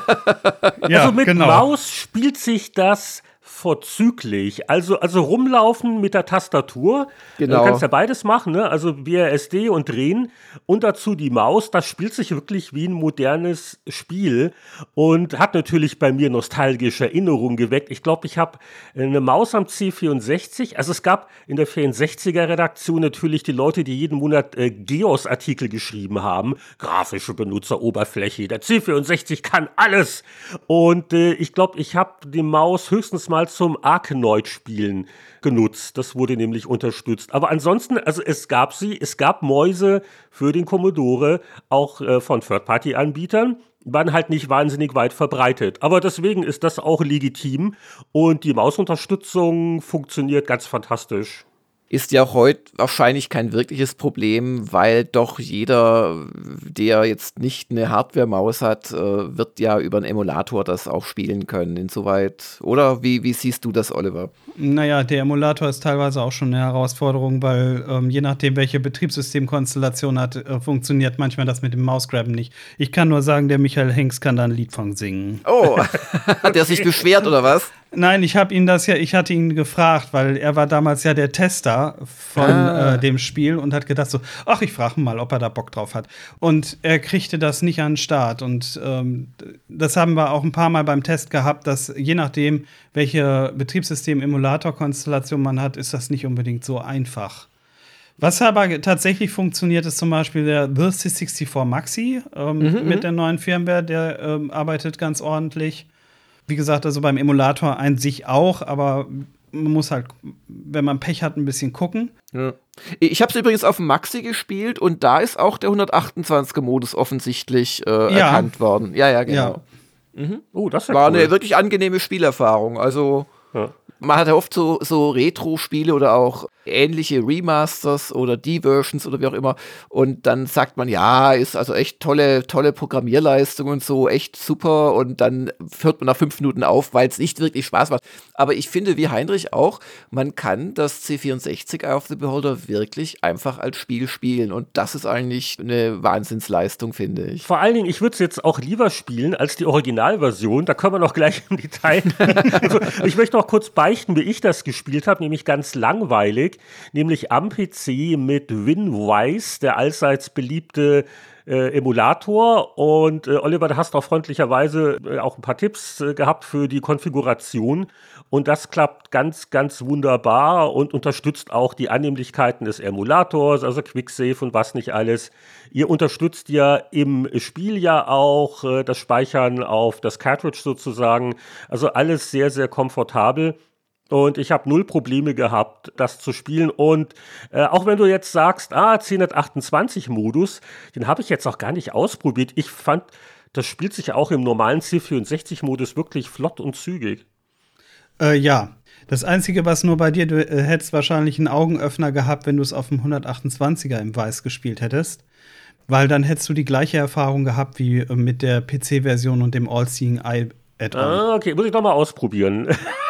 ja, also mit genau. Maus spielt sich das vorzüglich. Also, also rumlaufen mit der Tastatur. Genau. Du kannst ja beides machen, ne? Also W A S D und drehen und dazu die Maus. Das spielt sich wirklich wie ein modernes Spiel und hat natürlich bei mir nostalgische Erinnerungen geweckt. Ich glaube, ich habe eine Maus am C vierundsechzig. Also es gab in der vierundsechziger-Redaktion natürlich die Leute, die jeden Monat äh, Geos-Artikel geschrieben haben. Grafische Benutzeroberfläche. Der C vierundsechzig kann alles. Und äh, ich glaube, ich habe die Maus höchstens mal zum Arkanoid-Spielen genutzt. Das wurde nämlich unterstützt. Aber ansonsten, also es gab sie, es gab Mäuse für den Commodore, auch äh, von Third-Party-Anbietern, waren halt nicht wahnsinnig weit verbreitet. Aber deswegen ist das auch legitim und die Mausunterstützung funktioniert ganz fantastisch. ist ja auch heute wahrscheinlich kein wirkliches Problem, weil doch jeder, der jetzt nicht eine Hardware-Maus hat, äh, wird ja über einen Emulator das auch spielen können. Insoweit, oder? Wie, wie siehst du das, Oliver? Naja, der Emulator ist teilweise auch schon eine Herausforderung, weil ähm, je nachdem, welche Betriebssystemkonstellation hat, äh, funktioniert manchmal das mit dem Mausgrabben nicht. Ich kann nur sagen, der Michael Hengst kann da ein Lied von singen. Oh, hat er sich beschwert oder was? Nein, ich habe ihn das ja, ich hatte ihn gefragt, weil er war damals ja der Tester von ah. äh, dem Spiel und hat gedacht so, ach, ich frage ihn mal, ob er da Bock drauf hat. Und er kriegte das nicht an den Start. Und ähm, das haben wir auch ein paar Mal beim Test gehabt, dass je nachdem, welche Betriebssystem-Emulator-Konstellation man hat, ist das nicht unbedingt so einfach. Was aber tatsächlich funktioniert, ist zum Beispiel der The C vierundsechzig Maxi ähm, mhm, mit der neuen Firmware, der ähm, arbeitet ganz ordentlich. Wie gesagt, also beim Emulator an sich auch, aber man muss halt, wenn man Pech hat, ein bisschen gucken. Ja. Ich habe es übrigens auf dem Maxi gespielt und da ist auch der hundertachtundzwanziger-Modus offensichtlich äh, ja. erkannt worden. Ja, ja, genau. Ja. Mhm. Oh, das war cool. Eine wirklich angenehme Spielerfahrung. Also ja. Man hat ja oft so, so Retro-Spiele oder auch ähnliche Remasters oder D-Versions oder wie auch immer. Und dann sagt man, ja, ist also echt tolle, tolle Programmierleistung und so, echt super. Und dann hört man nach fünf Minuten auf, weil es nicht wirklich Spaß macht. Aber ich finde, wie Heinrich auch, man kann das C vierundsechzig Eye of the Beholder wirklich einfach als Spiel spielen. Und das ist eigentlich eine Wahnsinnsleistung, finde ich. Vor allen Dingen, ich würde es jetzt auch lieber spielen als die Originalversion. Da können wir noch gleich im Detail. Also, ich möchte noch kurz beichten, wie ich das gespielt habe, nämlich ganz langweilig. Nämlich am P C mit WinWise, der allseits beliebte äh, Emulator. Und äh, Oliver, du hast auch freundlicherweise äh, auch ein paar Tipps äh, gehabt für die Konfiguration. Und das klappt ganz, ganz wunderbar und unterstützt auch die Annehmlichkeiten des Emulators, also Quicksave und was nicht alles. Ihr unterstützt ja im Spiel ja auch äh, das Speichern auf das Cartridge sozusagen. Also alles sehr, sehr komfortabel. Und ich habe null Probleme gehabt, das zu spielen. Und äh, auch wenn du jetzt sagst, ah, C hundertachtundzwanzig-Modus, den habe ich jetzt auch gar nicht ausprobiert. Ich fand, das spielt sich auch im normalen C vierundsechzig-Modus wirklich flott und zügig. Äh, ja, das Einzige, was nur bei dir, du äh, hättest wahrscheinlich einen Augenöffner gehabt, wenn du es auf dem hundertachtundzwanziger im Weiß gespielt hättest. Weil dann hättest du die gleiche Erfahrung gehabt wie äh, mit der P C-Version und dem All-Seeing-Eye-Add-on. Ah, okay, muss ich doch mal ausprobieren.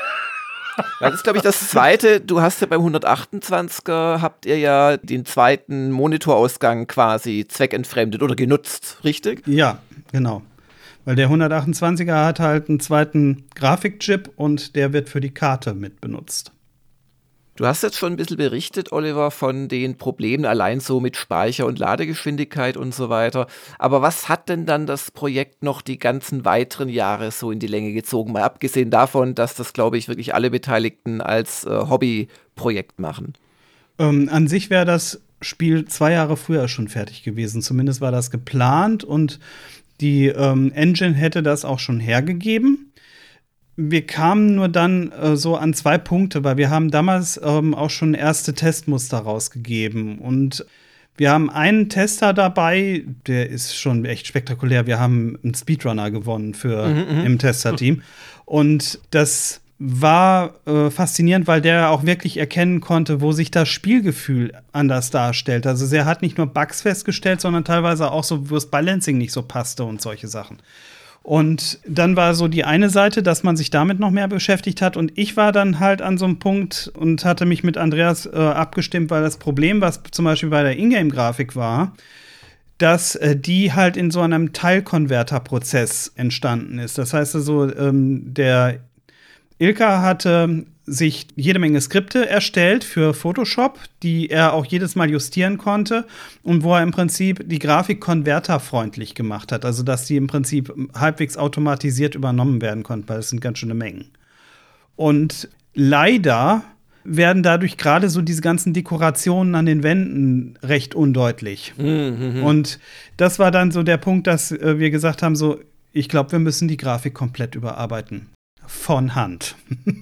Das ist, glaube ich, das Zweite. Du hast ja beim hundertachtundzwanziger, habt ihr ja den zweiten Monitorausgang quasi zweckentfremdet oder genutzt, richtig? Ja, genau. Weil der hundertachtundzwanziger hat halt einen zweiten Grafikchip und der wird für die Karte mit benutzt. Du hast jetzt schon ein bisschen berichtet, Oliver, von den Problemen allein so mit Speicher und Ladegeschwindigkeit und so weiter. Aber was hat denn dann das Projekt noch die ganzen weiteren Jahre so in die Länge gezogen? Mal abgesehen davon, dass das, glaube ich, wirklich alle Beteiligten als äh, Hobbyprojekt machen. Ähm, an sich wäre das Spiel zwei Jahre früher schon fertig gewesen. Zumindest war das geplant und die ähm, Engine hätte das auch schon hergegeben. Wir kamen nur dann äh, so an zwei Punkte, weil wir haben damals ähm, auch schon erste Testmuster rausgegeben. Und wir haben einen Tester dabei, der ist schon echt spektakulär. Wir haben einen Speedrunner gewonnen für mhm, im Testerteam. Und das war äh, faszinierend, weil der auch wirklich erkennen konnte, wo sich das Spielgefühl anders darstellt. Also er hat nicht nur Bugs festgestellt, sondern teilweise auch so, wo das Balancing nicht so passte und solche Sachen. Und dann war so die eine Seite, dass man sich damit noch mehr beschäftigt hat. Und ich war dann halt an so einem Punkt und hatte mich mit Andreas äh, abgestimmt, weil das Problem, was zum Beispiel bei der Ingame-Grafik war, dass äh, die halt in so einem Teilkonverter-Prozess entstanden ist. Das heißt also, ähm, der Ilka hatte sich jede Menge Skripte erstellt für Photoshop, die er auch jedes Mal justieren konnte und wo er im Prinzip die Grafik konverterfreundlich gemacht hat. Also, dass die im Prinzip halbwegs automatisiert übernommen werden konnten, weil das sind ganz schöne Mengen. Und leider werden dadurch gerade so diese ganzen Dekorationen an den Wänden recht undeutlich. Mhm. Und das war dann so der Punkt, dass äh, wir gesagt haben, so, ich glaube, wir müssen die Grafik komplett überarbeiten. Von Hand.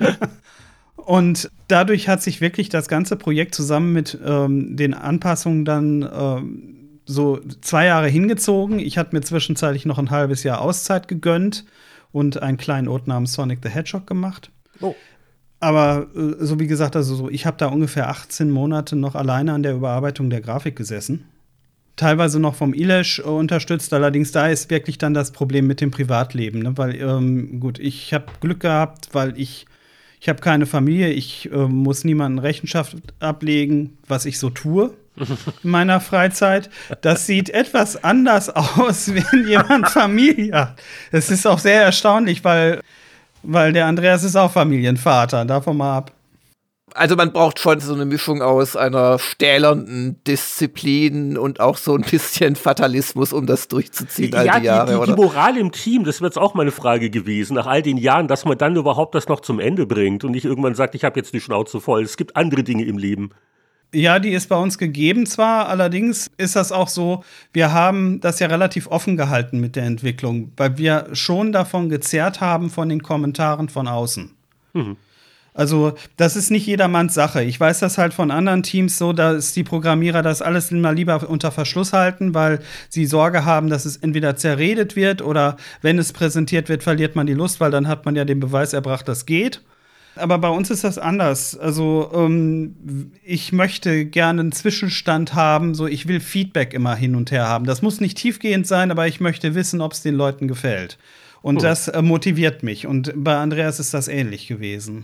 Und dadurch hat sich wirklich das ganze Projekt zusammen mit ähm, den Anpassungen dann ähm, so zwei Jahre hingezogen. Ich hatte mir zwischenzeitlich noch ein halbes Jahr Auszeit gegönnt und einen kleinen Ort namens Sonic the Hedgehog gemacht. Oh. Aber äh, so wie gesagt, also so, ich habe da ungefähr achtzehn Monate noch alleine an der Überarbeitung der Grafik gesessen. Teilweise noch vom Ilesh äh, unterstützt, allerdings da ist wirklich dann das Problem mit dem Privatleben, ne? Weil, ähm, gut, ich habe Glück gehabt, weil ich ich habe keine Familie, ich äh, muss niemandem Rechenschaft ablegen, was ich so tue in meiner Freizeit. Das sieht etwas anders aus, wenn jemand Familie hat. Das ist auch sehr erstaunlich, weil, weil der Andreas ist auch Familienvater, davon mal ab. Also man braucht schon so eine Mischung aus einer stählernden Disziplin und auch so ein bisschen Fatalismus, um das durchzuziehen all ja, die Jahre, die, die, oder? die Moral im Team, das wird auch meine Frage gewesen, nach all den Jahren, dass man dann überhaupt das noch zum Ende bringt und nicht irgendwann sagt, ich habe jetzt die Schnauze voll. Es gibt andere Dinge im Leben. Ja, die ist bei uns gegeben zwar, allerdings ist das auch so, wir haben das ja relativ offen gehalten mit der Entwicklung, weil wir schon davon gezerrt haben von den Kommentaren von außen. Mhm. Also, das ist nicht jedermanns Sache. Ich weiß das halt von anderen Teams so, dass die Programmierer das alles mal lieber unter Verschluss halten, weil sie Sorge haben, dass es entweder zerredet wird oder wenn es präsentiert wird, verliert man die Lust, weil dann hat man ja den Beweis erbracht, das geht. Aber bei uns ist das anders. Also, ähm, ich möchte gerne einen Zwischenstand haben, so ich will Feedback immer hin und her haben. Das muss nicht tiefgehend sein, aber ich möchte wissen, ob es den Leuten gefällt. Und oh. das äh, motiviert mich. Und bei Andreas ist das ähnlich gewesen.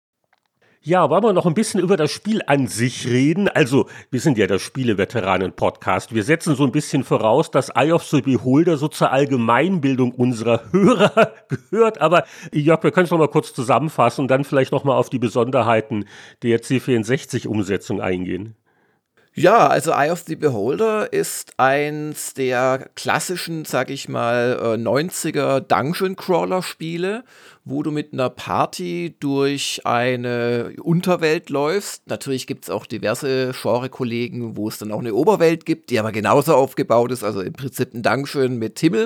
Ja, wollen wir noch ein bisschen über das Spiel an sich reden? Also, wir sind ja der Spieleveteranen-Podcast. Wir setzen so ein bisschen voraus, dass Eye of the Beholder so zur Allgemeinbildung unserer Hörer gehört. Aber Jörg, wir können es noch mal kurz zusammenfassen und dann vielleicht noch mal auf die Besonderheiten der C vierundsechzig-Umsetzung eingehen. Ja, also Eye of the Beholder ist eins der klassischen, sag ich mal, neunziger Dungeon-Crawler-Spiele, wo du mit einer Party durch eine Unterwelt läufst. Natürlich gibt es auch diverse Genre-Kollegen, wo es dann auch eine Oberwelt gibt, die aber genauso aufgebaut ist, also im Prinzip ein Dungeon mit Himmel.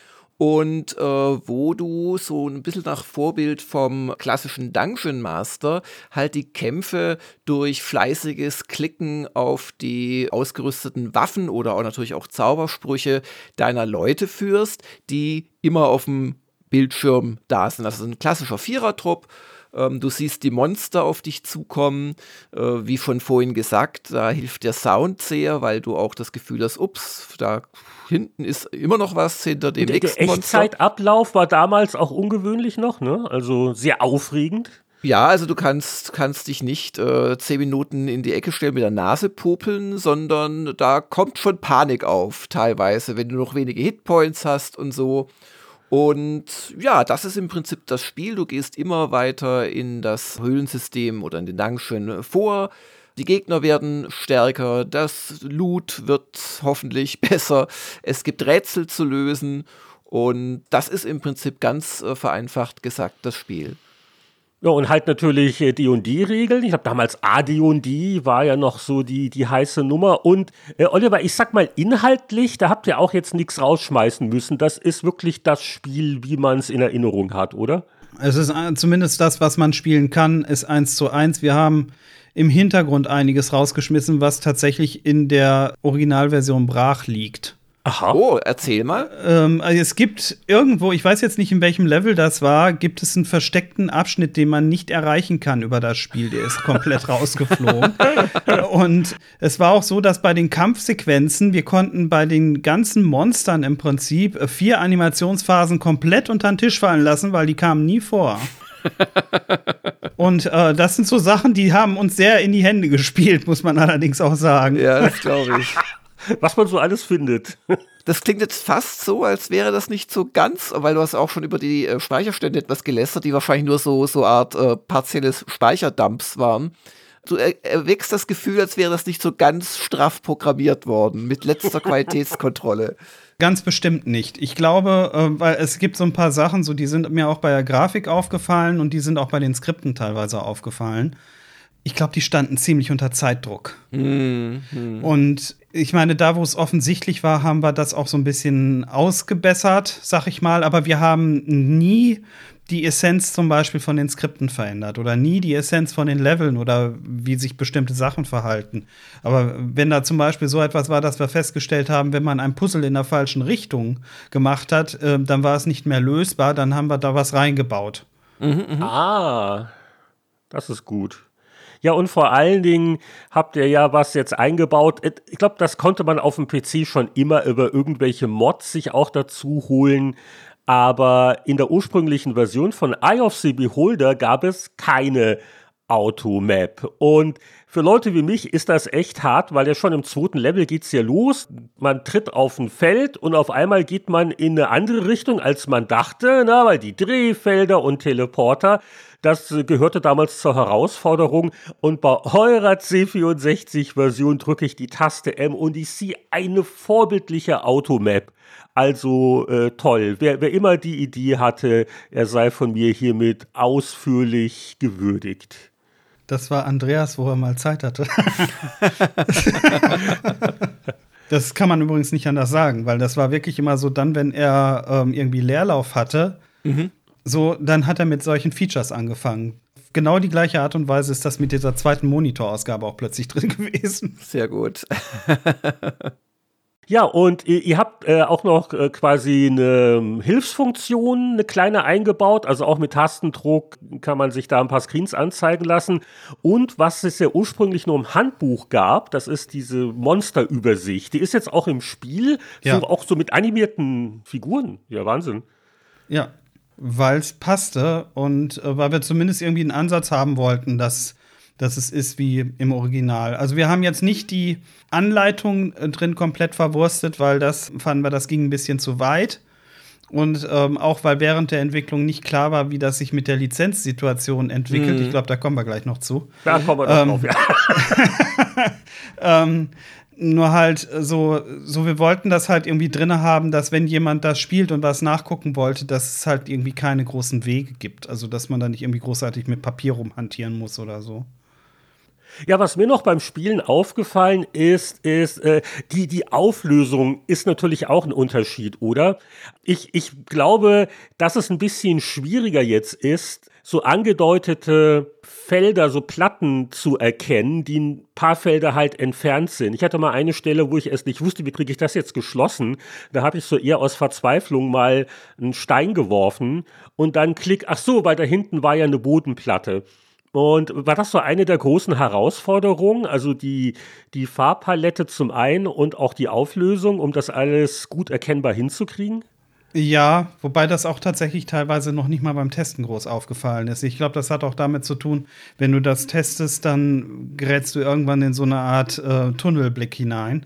Und äh, wo du so ein bisschen nach Vorbild vom klassischen Dungeon Master halt die Kämpfe durch fleißiges Klicken auf die ausgerüsteten Waffen oder auch natürlich auch Zaubersprüche deiner Leute führst, die immer auf dem Bildschirm da sind. Das ist ein klassischer Vierertrupp. Ähm, du siehst die Monster auf dich zukommen. Äh, wie von vorhin gesagt, da hilft der Sound sehr, weil du auch das Gefühl hast, ups, da hinten ist immer noch was hinter dem nächsten Monster. Der Echtzeitablauf war damals auch ungewöhnlich noch, ne? Also sehr aufregend. Ja, also du kannst, kannst dich nicht äh, zehn Minuten in die Ecke stellen mit der Nase popeln, sondern da kommt schon Panik auf, teilweise, wenn du noch wenige Hitpoints hast und so. Und ja, das ist im Prinzip das Spiel. Du gehst immer weiter in das Höhlensystem oder in den Dungeon vor. Die Gegner werden stärker, das Loot wird hoffentlich besser. Es gibt Rätsel zu lösen und das ist im Prinzip ganz äh, vereinfacht gesagt das Spiel. Ja, und halt natürlich äh, D und D-Regeln. Ich glaube, damals A D und D war ja noch so die, die heiße Nummer. Und äh, Oliver, ich sag mal inhaltlich, da habt ihr auch jetzt nichts rausschmeißen müssen. Das ist wirklich das Spiel, wie man es in Erinnerung hat, oder? Es ist äh, zumindest das, was man spielen kann, ist eins zu eins. Wir haben im Hintergrund einiges rausgeschmissen, was tatsächlich in der Originalversion brach liegt. Aha. Oh, erzähl mal. Ähm, also es gibt irgendwo, ich weiß jetzt nicht, in welchem Level das war, gibt es einen versteckten Abschnitt, den man nicht erreichen kann über das Spiel. Der ist komplett rausgeflogen. Und es war auch so, dass bei den Kampfsequenzen, wir konnten bei den ganzen Monstern im Prinzip vier Animationsphasen komplett unter den Tisch fallen lassen, weil die kamen nie vor. Und äh, das sind so Sachen, die haben uns sehr in die Hände gespielt, muss man allerdings auch sagen. Ja, das glaube ich. Was man so alles findet. Das klingt jetzt fast so, als wäre das nicht so ganz, weil du hast auch schon über die äh, Speicherstände etwas gelästert, die wahrscheinlich nur so so Art äh, partielles Speicherdumps waren. Du er erweckst das Gefühl, als wäre das nicht so ganz straff programmiert worden, mit letzter Qualitätskontrolle. Ganz bestimmt nicht. Ich glaube, äh, weil es gibt so ein paar Sachen, so die sind mir auch bei der Grafik aufgefallen und die sind auch bei den Skripten teilweise aufgefallen. Ich glaube, die standen ziemlich unter Zeitdruck. Mhm. Und ich meine, da, wo es offensichtlich war, haben wir das auch so ein bisschen ausgebessert, sag ich mal. Aber wir haben nie die Essenz zum Beispiel von den Skripten verändert oder nie die Essenz von den Leveln oder wie sich bestimmte Sachen verhalten. Aber wenn da zum Beispiel so etwas war, dass wir festgestellt haben, wenn man ein Puzzle in der falschen Richtung gemacht hat, äh, dann war es nicht mehr lösbar, dann haben wir da was reingebaut. Mhm, mh. Ah. Das ist gut. Ja, und vor allen Dingen habt ihr ja was jetzt eingebaut. Ich glaube, das konnte man auf dem P C schon immer über irgendwelche Mods sich auch dazu holen. Aber in der ursprünglichen Version von Eye of the Beholder gab es keine Automap. Und für Leute wie mich ist das echt hart, weil ja schon im zweiten Level geht's ja los. Man tritt auf ein Feld und auf einmal geht man in eine andere Richtung, als man dachte, na, weil die Drehfelder und Teleporter, das gehörte damals zur Herausforderung. Und bei eurer C vierundsechzig-Version drücke ich die Taste M und ich sehe eine vorbildliche Automap. Also äh, toll. Wer, wer immer die Idee hatte, er sei von mir hiermit ausführlich gewürdigt. Das war Andreas, wo er mal Zeit hatte. Das kann man übrigens nicht anders sagen, weil das war wirklich immer so, dann, wenn er ähm, irgendwie Leerlauf hatte, mhm. so, dann hat er mit solchen Features angefangen. Genau die gleiche Art und Weise ist das mit dieser zweiten Monitorausgabe auch plötzlich drin gewesen. Sehr gut. Ja, und ihr, ihr habt äh, auch noch äh, quasi eine Hilfsfunktion, eine kleine eingebaut. Also auch mit Tastendruck kann man sich da ein paar Screens anzeigen lassen. Und was es ja ursprünglich nur im Handbuch gab, das ist diese Monsterübersicht. Die ist jetzt auch im Spiel, ja. so, auch so mit animierten Figuren. Ja, Wahnsinn. Ja, weil es passte und äh, weil wir zumindest irgendwie einen Ansatz haben wollten, dass dass es ist wie im Original. Also wir haben jetzt nicht die Anleitung drin komplett verwurstet, weil das fanden wir, das ging ein bisschen zu weit. Und ähm, auch, weil während der Entwicklung nicht klar war, wie das sich mit der Lizenzsituation entwickelt. Mhm. Ich glaube, da kommen wir gleich noch zu. Da kommen wir noch ähm, drauf, ja. ähm, nur halt so, so, wir wollten das halt irgendwie drin haben, dass wenn jemand das spielt und was nachgucken wollte, dass es halt irgendwie keine großen Wege gibt. Also, dass man da nicht irgendwie großartig mit Papier rumhantieren muss oder so. Ja, was mir noch beim Spielen aufgefallen ist, ist, äh, die, die Auflösung ist natürlich auch ein Unterschied, oder? Ich, ich glaube, dass es ein bisschen schwieriger jetzt ist, so angedeutete Felder, so Platten zu erkennen, die ein paar Felder halt entfernt sind. Ich hatte mal eine Stelle, wo ich erst nicht wusste, wie kriege ich das jetzt geschlossen. Da habe ich so eher aus Verzweiflung mal einen Stein geworfen und dann klick, ach so, weil da hinten war ja eine Bodenplatte. Und war das so eine der großen Herausforderungen, also die, die Farbpalette zum einen und auch die Auflösung, um das alles gut erkennbar hinzukriegen? Ja, wobei das auch tatsächlich teilweise noch nicht mal beim Testen groß aufgefallen ist. Ich glaube, das hat auch damit zu tun, wenn du das testest, dann gerätst du irgendwann in so eine Art äh, Tunnelblick hinein.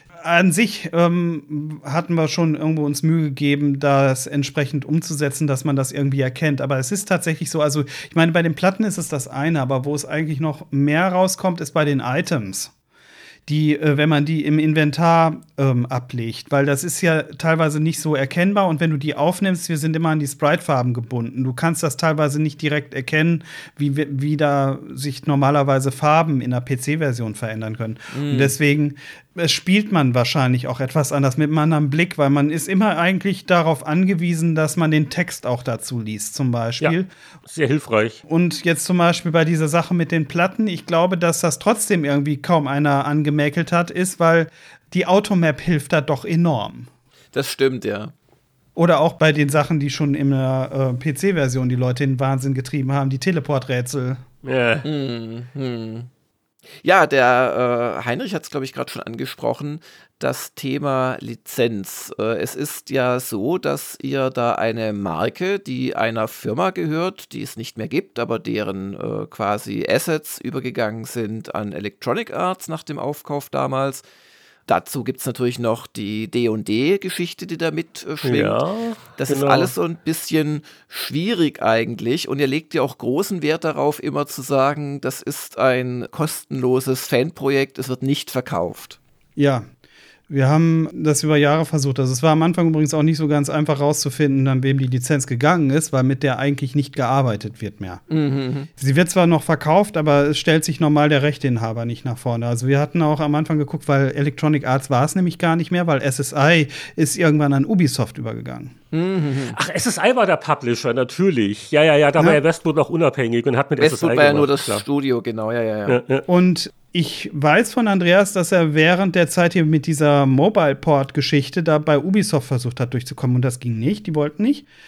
An sich ähm, hatten wir schon irgendwo uns Mühe gegeben, das entsprechend umzusetzen, dass man das irgendwie erkennt. Aber es ist tatsächlich so, also ich meine, bei den Platten ist es das eine, aber wo es eigentlich noch mehr rauskommt, ist bei den Items, die, äh, wenn man die im Inventar ähm, ablegt, weil das ist ja teilweise nicht so erkennbar und wenn du die aufnimmst, wir sind immer an die Sprite-Farben gebunden. Du kannst das teilweise nicht direkt erkennen, wie, wie da sich normalerweise Farben in der P C-Version verändern können. Mm. Und deswegen äh, spielt man wahrscheinlich auch etwas anders mit einem anderen Blick, weil man ist immer eigentlich darauf angewiesen, dass man den Text auch dazu liest, zum Beispiel. Ja, sehr hilfreich. Und jetzt zum Beispiel bei dieser Sache mit den Platten, ich glaube, dass das trotzdem irgendwie kaum einer angemäkelt hat, ist, weil die Automap hilft da doch enorm. Das stimmt, ja. Oder auch bei den Sachen, die schon in der äh, P C-Version die Leute in den Wahnsinn getrieben haben, die Teleporträtsel. Ja. Hm, hm. Ja, der äh, Heinrich hat es, glaube ich, gerade schon angesprochen, das Thema Lizenz. Äh, es ist ja so, dass ihr da eine Marke, die einer Firma gehört, die es nicht mehr gibt, aber deren äh, quasi Assets übergegangen sind an Electronic Arts nach dem Aufkauf damals. Dazu gibt es natürlich noch die D und D-Geschichte, die da mitschwingt. Ja, das genau. Ist alles so ein bisschen schwierig eigentlich. Und ihr legt ja auch großen Wert darauf, immer zu sagen, das ist ein kostenloses Fanprojekt, es wird nicht verkauft. Ja, wir haben das über Jahre versucht. Also es war am Anfang übrigens auch nicht so ganz einfach rauszufinden, an wem die Lizenz gegangen ist, weil mit der eigentlich nicht gearbeitet wird mehr. Mhm. Sie wird zwar noch verkauft, aber es stellt sich normal der Rechteinhaber nicht nach vorne. Also wir hatten auch am Anfang geguckt, weil Electronic Arts war es nämlich gar nicht mehr, weil S S I ist irgendwann an Ubisoft übergegangen. Mhm. Ach, S S I war der Publisher, natürlich. Ja, ja, ja, da ja. war ja Westwood noch unabhängig und hat mit Westwood S S I war ja gemacht, nur das klar. Studio, genau, ja, ja, ja. ja, ja. Und ich weiß von Andreas, dass er während der Zeit hier mit dieser Mobile-Port-Geschichte da bei Ubisoft versucht hat durchzukommen und das ging nicht, die wollten nicht.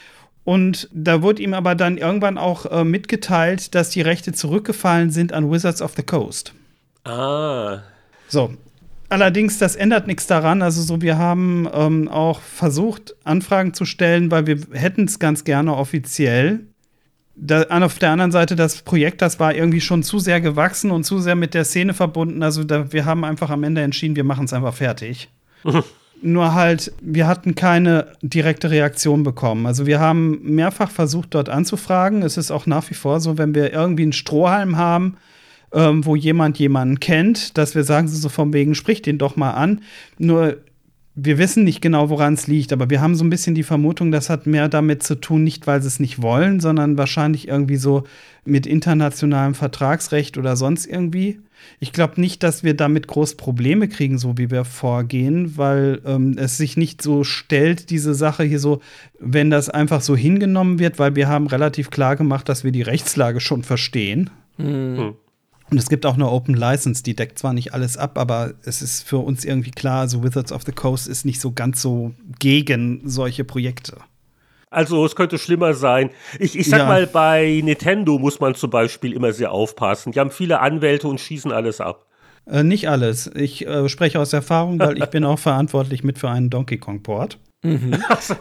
Und da wurde ihm aber dann irgendwann auch äh, mitgeteilt, dass die Rechte zurückgefallen sind an Wizards of the Coast. Ah. So. Allerdings, das ändert nichts daran. Also so, wir haben ähm, auch versucht, Anfragen zu stellen, weil wir hätten es ganz gerne offiziell. Da, auf der anderen Seite, das Projekt, das war irgendwie schon zu sehr gewachsen und zu sehr mit der Szene verbunden. Also da, wir haben einfach am Ende entschieden, wir machen es einfach fertig. Nur halt, wir hatten keine direkte Reaktion bekommen. Also wir haben mehrfach versucht, dort anzufragen. Es ist auch nach wie vor so, wenn wir irgendwie einen Strohhalm haben, ähm, wo jemand jemanden kennt, dass wir sagen, so von wegen, sprich den doch mal an. Nur wir wissen nicht genau, woran es liegt, aber wir haben so ein bisschen die Vermutung, das hat mehr damit zu tun, nicht weil sie es nicht wollen, sondern wahrscheinlich irgendwie so mit internationalem Vertragsrecht oder sonst irgendwie. Ich glaube nicht, dass wir damit groß Probleme kriegen, so wie wir vorgehen, weil ähm, es sich nicht so stellt, diese Sache hier so, wenn das einfach so hingenommen wird, weil wir haben relativ klar gemacht, dass wir die Rechtslage schon verstehen. Mhm. Und es gibt auch eine Open License, die deckt zwar nicht alles ab, aber es ist für uns irgendwie klar, also Wizards of the Coast ist nicht so ganz so gegen solche Projekte. Also es könnte schlimmer sein. Ich, ich sag Ja. mal, bei Nintendo muss man zum Beispiel immer sehr aufpassen. Die haben viele Anwälte und schießen alles ab. Äh, nicht alles. Ich äh, spreche aus Erfahrung, weil ich bin auch verantwortlich mit für einen Donkey Kong Port. Ach so.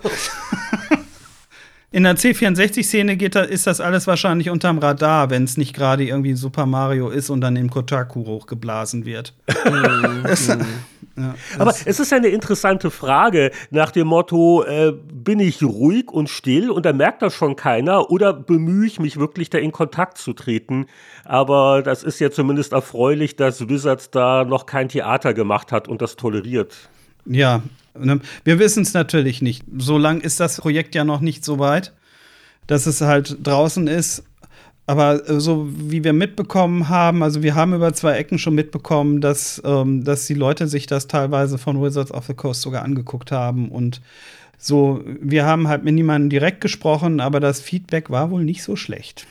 In der C vierundsechzig-Szene geht da, ist das alles wahrscheinlich unterm Radar, wenn es nicht gerade irgendwie Super Mario ist und dann im Kotaku hochgeblasen wird. das, ja, Aber es ist eine interessante Frage nach dem Motto, äh, bin ich ruhig und still und da merkt das schon keiner oder bemühe ich mich wirklich, da in Kontakt zu treten? Aber das ist ja zumindest erfreulich, dass Wizards da noch kein Theater gemacht hat und das toleriert. Ja, ne, wir wissen es natürlich nicht. So lang ist das Projekt ja noch nicht so weit, dass es halt draußen ist. Aber äh, so wie wir mitbekommen haben, also wir haben über zwei Ecken schon mitbekommen, dass, ähm, dass die Leute sich das teilweise von Wizards of the Coast sogar angeguckt haben. Und so, wir haben halt mit niemandem direkt gesprochen, aber das Feedback war wohl nicht so schlecht.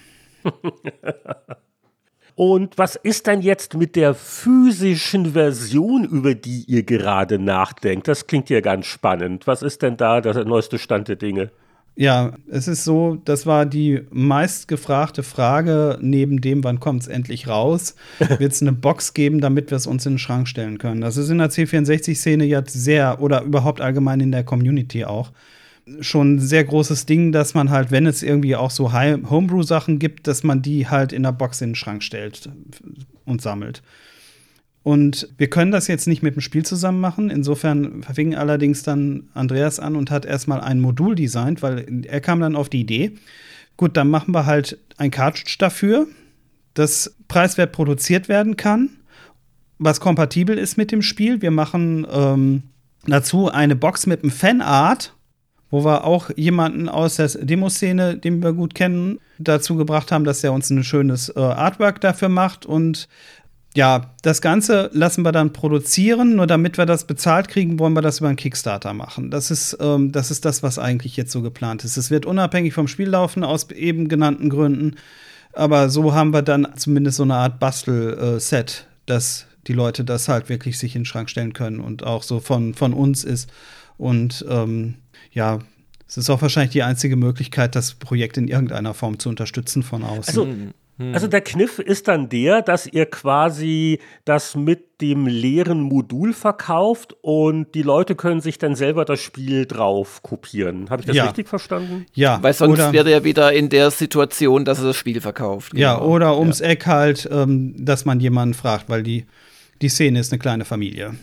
Und was ist dann jetzt mit der physischen Version, über die ihr gerade nachdenkt? Das klingt ja ganz spannend. Was ist denn da der neueste Stand der Dinge? Ja, es ist so, das war die meistgefragte Frage, neben dem, wann kommt es endlich raus, wird es eine Box geben, damit wir es uns in den Schrank stellen können. Das ist in der C vierundsechzig-Szene jetzt sehr, oder überhaupt allgemein in der Community auch, schon ein sehr großes Ding, dass man halt, wenn es irgendwie auch so Homebrew-Sachen gibt, dass man die halt in der Box in den Schrank stellt und sammelt. Und wir können das jetzt nicht mit dem Spiel zusammen machen. Insofern fing allerdings dann Andreas an und hat erstmal ein Modul designt, weil er kam dann auf die Idee, gut, dann machen wir halt ein Cartridge dafür, das preiswert produziert werden kann, was kompatibel ist mit dem Spiel. Wir machen ähm, dazu eine Box mit einem Fanart, wo wir auch jemanden aus der Demoszene, den wir gut kennen, dazu gebracht haben, dass er uns ein schönes äh, Artwork dafür macht. Und ja, das Ganze lassen wir dann produzieren. Nur damit wir das bezahlt kriegen, wollen wir das über einen Kickstarter machen. Das ist, ähm, das ist das, was eigentlich jetzt so geplant ist. Es wird unabhängig vom Spiel laufen, aus eben genannten Gründen. Aber so haben wir dann zumindest so eine Art Bastel-Set, dass die Leute das halt wirklich sich in den Schrank stellen können und auch so von, von uns ist. Und ähm, ja, es ist auch wahrscheinlich die einzige Möglichkeit, das Projekt in irgendeiner Form zu unterstützen von außen. Also, also der Kniff ist dann der, dass ihr quasi das mit dem leeren Modul verkauft und die Leute können sich dann selber das Spiel drauf kopieren. Habe ich das Ja. richtig verstanden? Ja, Weil sonst oder, wäre er wieder in der Situation, dass er das Spiel verkauft. ja, Genau. oder ums Eck halt, ähm, dass man jemanden fragt, weil die, die Szene ist eine kleine Familie.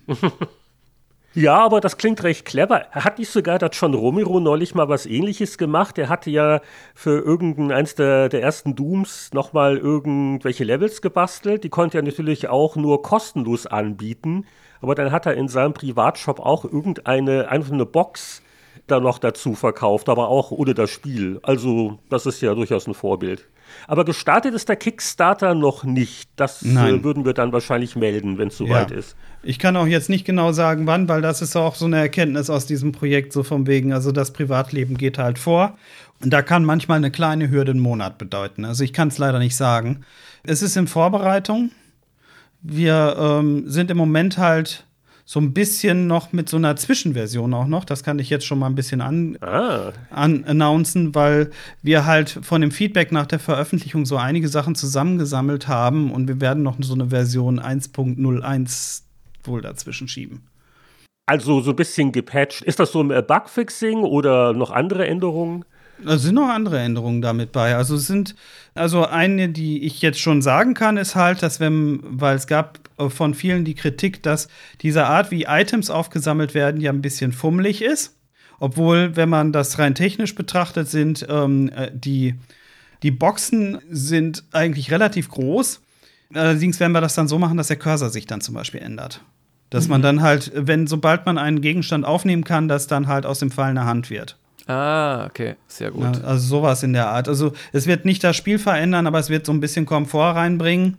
Ja, aber das klingt recht clever. Hat nicht sogar das John Romero neulich mal was Ähnliches gemacht? Er hatte ja für irgendein eins der, der ersten Dooms nochmal irgendwelche Levels gebastelt. Die konnte er natürlich auch nur kostenlos anbieten. Aber dann hat er in seinem Privatshop auch irgendeine einfach eine Box da noch dazu verkauft, aber auch ohne das Spiel. Also das ist ja durchaus ein Vorbild. Aber gestartet ist der Kickstarter noch nicht. Das Nein. äh, würden wir dann wahrscheinlich melden, wenn es soweit ist. Ich kann auch jetzt nicht genau sagen, wann, weil das ist auch so eine Erkenntnis aus diesem Projekt, so von wegen, also das Privatleben geht halt vor. Und da kann manchmal eine kleine Hürde einen Monat bedeuten. Also ich kann es leider nicht sagen. Es ist in Vorbereitung. Wir ähm, sind im Moment halt so ein bisschen noch mit so einer Zwischenversion auch noch. Das kann ich jetzt schon mal ein bisschen an, ah. an announcen, weil wir halt von dem Feedback nach der Veröffentlichung so einige Sachen zusammengesammelt haben und wir werden noch so eine Version eins Punkt null eins wohl dazwischen schieben. Also so ein bisschen gepatcht. Ist das so ein Bugfixing oder noch andere Änderungen? Es sind noch andere Änderungen damit bei. Also es sind, also eine, die ich jetzt schon sagen kann, ist halt, dass wenn, weil es gab von vielen die Kritik, dass diese Art, wie Items aufgesammelt werden, ja ein bisschen fummelig ist. Obwohl, wenn man das rein technisch betrachtet, sind ähm, die, die Boxen sind eigentlich relativ groß. Allerdings werden wir das dann so machen, dass der Cursor sich dann zum Beispiel ändert. Dass mhm. man dann halt, wenn, sobald man einen Gegenstand aufnehmen kann, das dann halt aus dem Fall eine Hand wird. Ah, okay, sehr gut. Ja, also sowas in der Art. Also es wird nicht das Spiel verändern, aber es wird so ein bisschen Komfort reinbringen.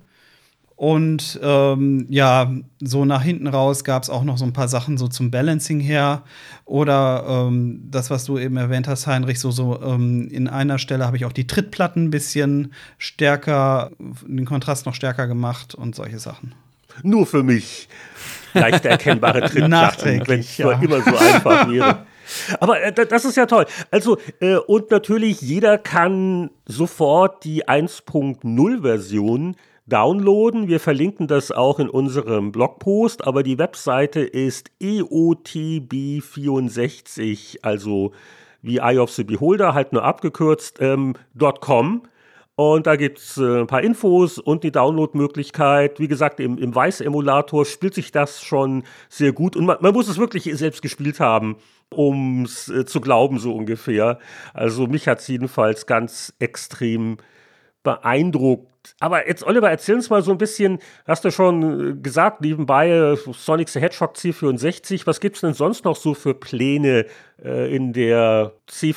Und ähm, ja, so nach hinten raus gab es auch noch so ein paar Sachen so zum Balancing her. Oder ähm, das, was du eben erwähnt hast, Heinrich, so, so ähm, in einer Stelle habe ich auch die Trittplatten ein bisschen stärker, den Kontrast noch stärker gemacht und solche Sachen. Nur für mich leicht erkennbare Trittplatten, wenn es ja. immer so einfach wäre. Aber äh, das ist ja toll. Also, äh, und natürlich, jeder kann sofort die eins Punkt null Version downloaden. Wir verlinken das auch in unserem Blogpost, aber die Webseite ist E O T B vierundsechzig, also wie Eye of the Beholder, halt nur abgekürzt, ähm, .com. Und da gibt es äh, ein paar Infos und die Downloadmöglichkeit. Wie gesagt, im, im Vice-Emulator spielt sich das schon sehr gut. Und man, man muss es wirklich selbst gespielt haben, um es äh, zu glauben, so ungefähr. Also mich hat es jedenfalls ganz extrem beeindruckt. Aber jetzt, Oliver, erzähl uns mal so ein bisschen, hast du schon gesagt, nebenbei Sonic the Hedgehog C vierundsechzig, was gibt's denn sonst noch so für Pläne äh, in der C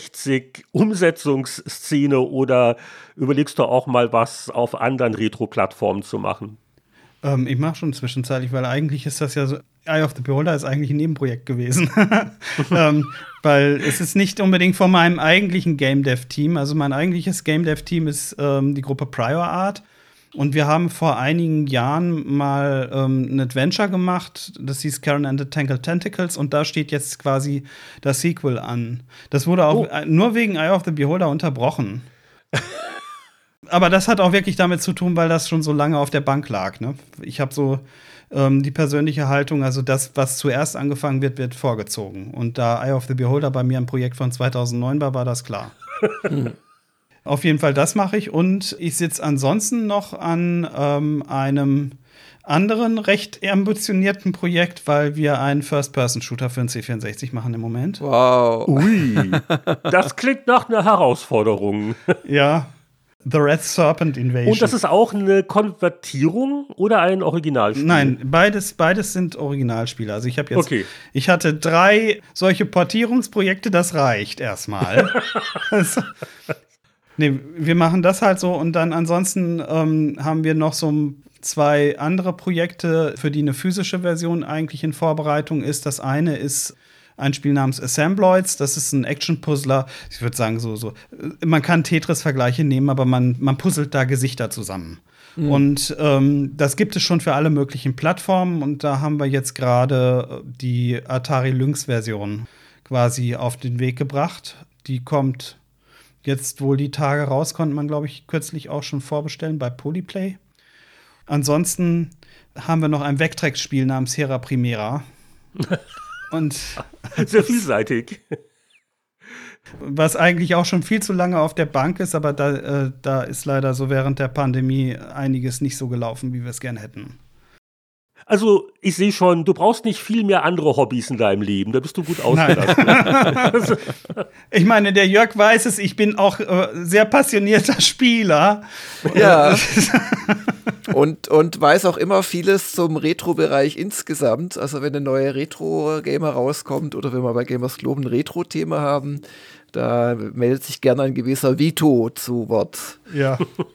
vierundsechzig-Umsetzungsszene oder überlegst du auch mal was auf anderen Retro-Plattformen zu machen? Ähm, ich mache schon zwischenzeitlich, weil eigentlich ist das ja so, Eye of the Beholder ist eigentlich ein Nebenprojekt gewesen. ähm, weil es ist nicht unbedingt von meinem eigentlichen Game Dev Team. Also mein eigentliches Game Dev Team ist ähm, die Gruppe Prior Art. Und wir haben vor einigen Jahren mal ähm, ein Adventure gemacht, das hieß Karen and the Tangled Tentacles. Und da steht jetzt quasi das Sequel an. Das wurde auch oh. nur wegen Eye of the Beholder unterbrochen. Aber das hat auch wirklich damit zu tun, weil das schon so lange auf der Bank lag. Ne? Ich habe so ähm, die persönliche Haltung, also das, was zuerst angefangen wird, wird vorgezogen. Und da Eye of the Beholder bei mir ein Projekt von zweitausendneun war, war das klar. Auf jeden Fall, das mache ich. Und ich sitze ansonsten noch an ähm, einem anderen recht ambitionierten Projekt, weil wir einen First-Person-Shooter für den C vierundsechzig machen im Moment. Wow. Ui, das klingt nach einer Herausforderung. Ja. The Red Serpent Invasion. Und das ist auch eine Konvertierung oder ein Originalspiel? Nein, beides, beides sind Originalspiele. Also ich habe jetzt, okay. ich hatte drei solche Portierungsprojekte, das reicht erstmal. also, nee, wir machen das halt so und dann ansonsten ähm, haben wir noch so zwei andere Projekte, für die eine physische Version eigentlich in Vorbereitung ist. Das eine ist ein Spiel namens Assembloids, das ist ein Action-Puzzler. Ich würde sagen, so, so, man kann Tetris-Vergleiche nehmen, aber man, man puzzelt da Gesichter zusammen. Mhm. Und ähm, das gibt es schon für alle möglichen Plattformen. Und da haben wir jetzt gerade die Atari Lynx-Version quasi auf den Weg gebracht. Die kommt jetzt wohl die Tage raus, konnte man, glaube ich, kürzlich auch schon vorbestellen bei Polyplay. Ansonsten haben wir noch ein Vectrex-Spiel namens Hera Primera. Und sehr vielseitig. Was eigentlich auch schon viel zu lange auf der Bank ist, aber da, äh, da ist leider so während der Pandemie einiges nicht so gelaufen, wie wir es gern hätten. Also, ich sehe schon, du brauchst nicht viel mehr andere Hobbys in deinem Leben. Da bist du gut ausgelastet. Ich meine, der Jörg weiß es, ich bin auch äh, sehr passionierter Spieler. Ja. und, und weiß auch immer vieles zum Retro-Bereich insgesamt. Also, wenn eine neue Retro-Gamer rauskommt oder wenn wir bei Gamers Globe ein Retro-Thema haben, da meldet sich gerne ein gewisser Vito zu Wort. Ja.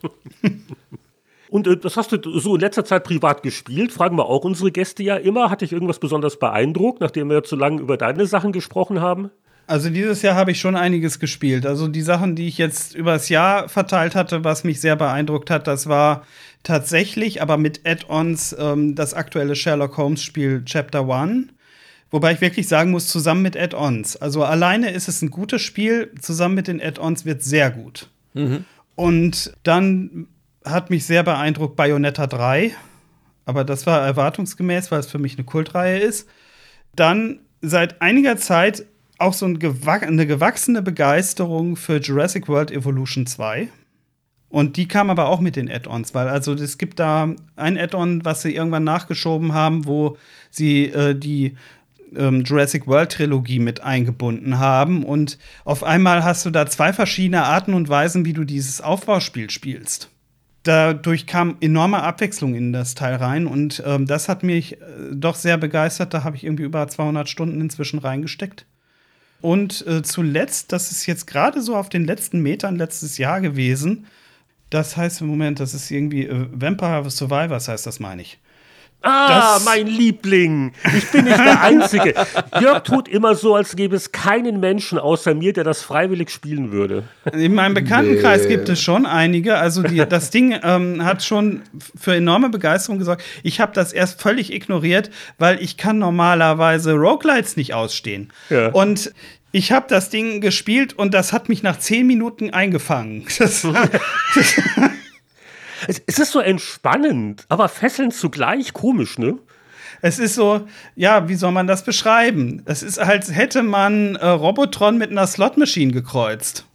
Und äh, das hast du so in letzter Zeit privat gespielt, fragen wir auch unsere Gäste ja immer. Hat dich irgendwas besonders beeindruckt, nachdem wir zu lange über deine Sachen gesprochen haben? Also dieses Jahr habe ich schon einiges gespielt. Also die Sachen, die ich jetzt übers Jahr verteilt hatte, was mich sehr beeindruckt hat, das war tatsächlich, aber mit Add-ons, ähm, das aktuelle Sherlock Holmes-Spiel Chapter One. Wobei ich wirklich sagen muss, zusammen mit Add-ons. Also alleine ist es ein gutes Spiel, zusammen mit den Add-ons wird sehr gut. Mhm. Und dann hat mich sehr beeindruckt Bayonetta drei. Aber das war erwartungsgemäß, weil es für mich eine Kultreihe ist. Dann seit einiger Zeit auch so ein gewa- eine gewachsene Begeisterung für Jurassic World Evolution zwei. Und die kam aber auch mit den Add-ons, weil also es gibt da ein Add-on, was sie irgendwann nachgeschoben haben, wo sie äh, die ähm, Jurassic World Trilogie mit eingebunden haben. Und auf einmal hast du da zwei verschiedene Arten und Weisen, wie du dieses Aufbauspiel spielst. Dadurch kam enorme Abwechslung in das Teil rein und ähm, das hat mich äh, doch sehr begeistert. Da habe ich irgendwie über zweihundert Stunden inzwischen reingesteckt. Und äh, zuletzt, das ist jetzt gerade so auf den letzten Metern letztes Jahr gewesen. Das heißt im Moment, das ist irgendwie äh, Vampire Survivors heißt das, meine ich. Ah, das mein Liebling. Ich bin nicht der Einzige. Jörg tut immer so, als gäbe es keinen Menschen außer mir, der das freiwillig spielen würde. In meinem Bekanntenkreis nee. gibt es schon einige. Also die, das Ding ähm, hat schon für enorme Begeisterung gesorgt. Ich habe das erst völlig ignoriert, weil ich kann normalerweise Roguelites nicht ausstehen. Ja. Und ich habe das Ding gespielt und das hat mich nach zehn Minuten eingefangen. Das, das Es, es ist so entspannend, aber fesselnd zugleich komisch, ne? Es ist so, ja, wie soll man das beschreiben? Es ist, als hätte man äh, Robotron mit einer Slot-Machine gekreuzt.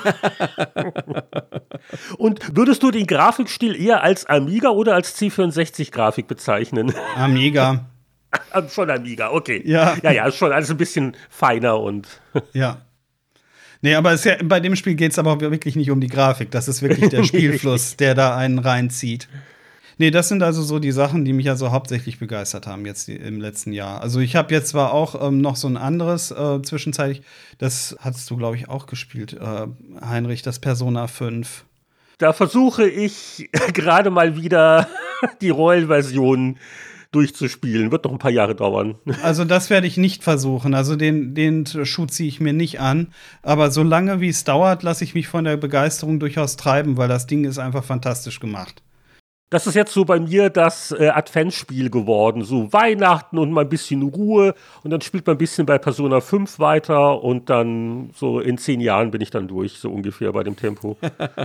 Und würdest du den Grafikstil eher als Amiga oder als C vierundsechzig-Grafik bezeichnen? Amiga. Schon Amiga, okay. Ja. ja, ja, schon alles ein bisschen feiner und. Ja. Nee, aber es ja, bei dem Spiel geht es aber wirklich nicht um die Grafik. Das ist wirklich der Spielfluss, der da einen reinzieht. Nee, das sind also so die Sachen, die mich also hauptsächlich begeistert haben jetzt im letzten Jahr. Also ich habe jetzt zwar auch ähm, noch so ein anderes äh, zwischenzeitlich, das hattest du, glaube ich, auch gespielt, äh, Heinrich, das Persona fünf. Da versuche ich gerade mal wieder die Royal-Version durchzuspielen. Wird noch ein paar Jahre dauern. Also das werde ich nicht versuchen. Also den, den Schuh ziehe ich mir nicht an. Aber so lange wie es dauert, lasse ich mich von der Begeisterung durchaus treiben, weil das Ding ist einfach fantastisch gemacht. Das ist jetzt so bei mir das äh, Adventsspiel geworden. So Weihnachten und mal ein bisschen Ruhe. Und dann spielt man ein bisschen bei Persona fünf weiter. Und dann so in zehn Jahren bin ich dann durch, so ungefähr bei dem Tempo.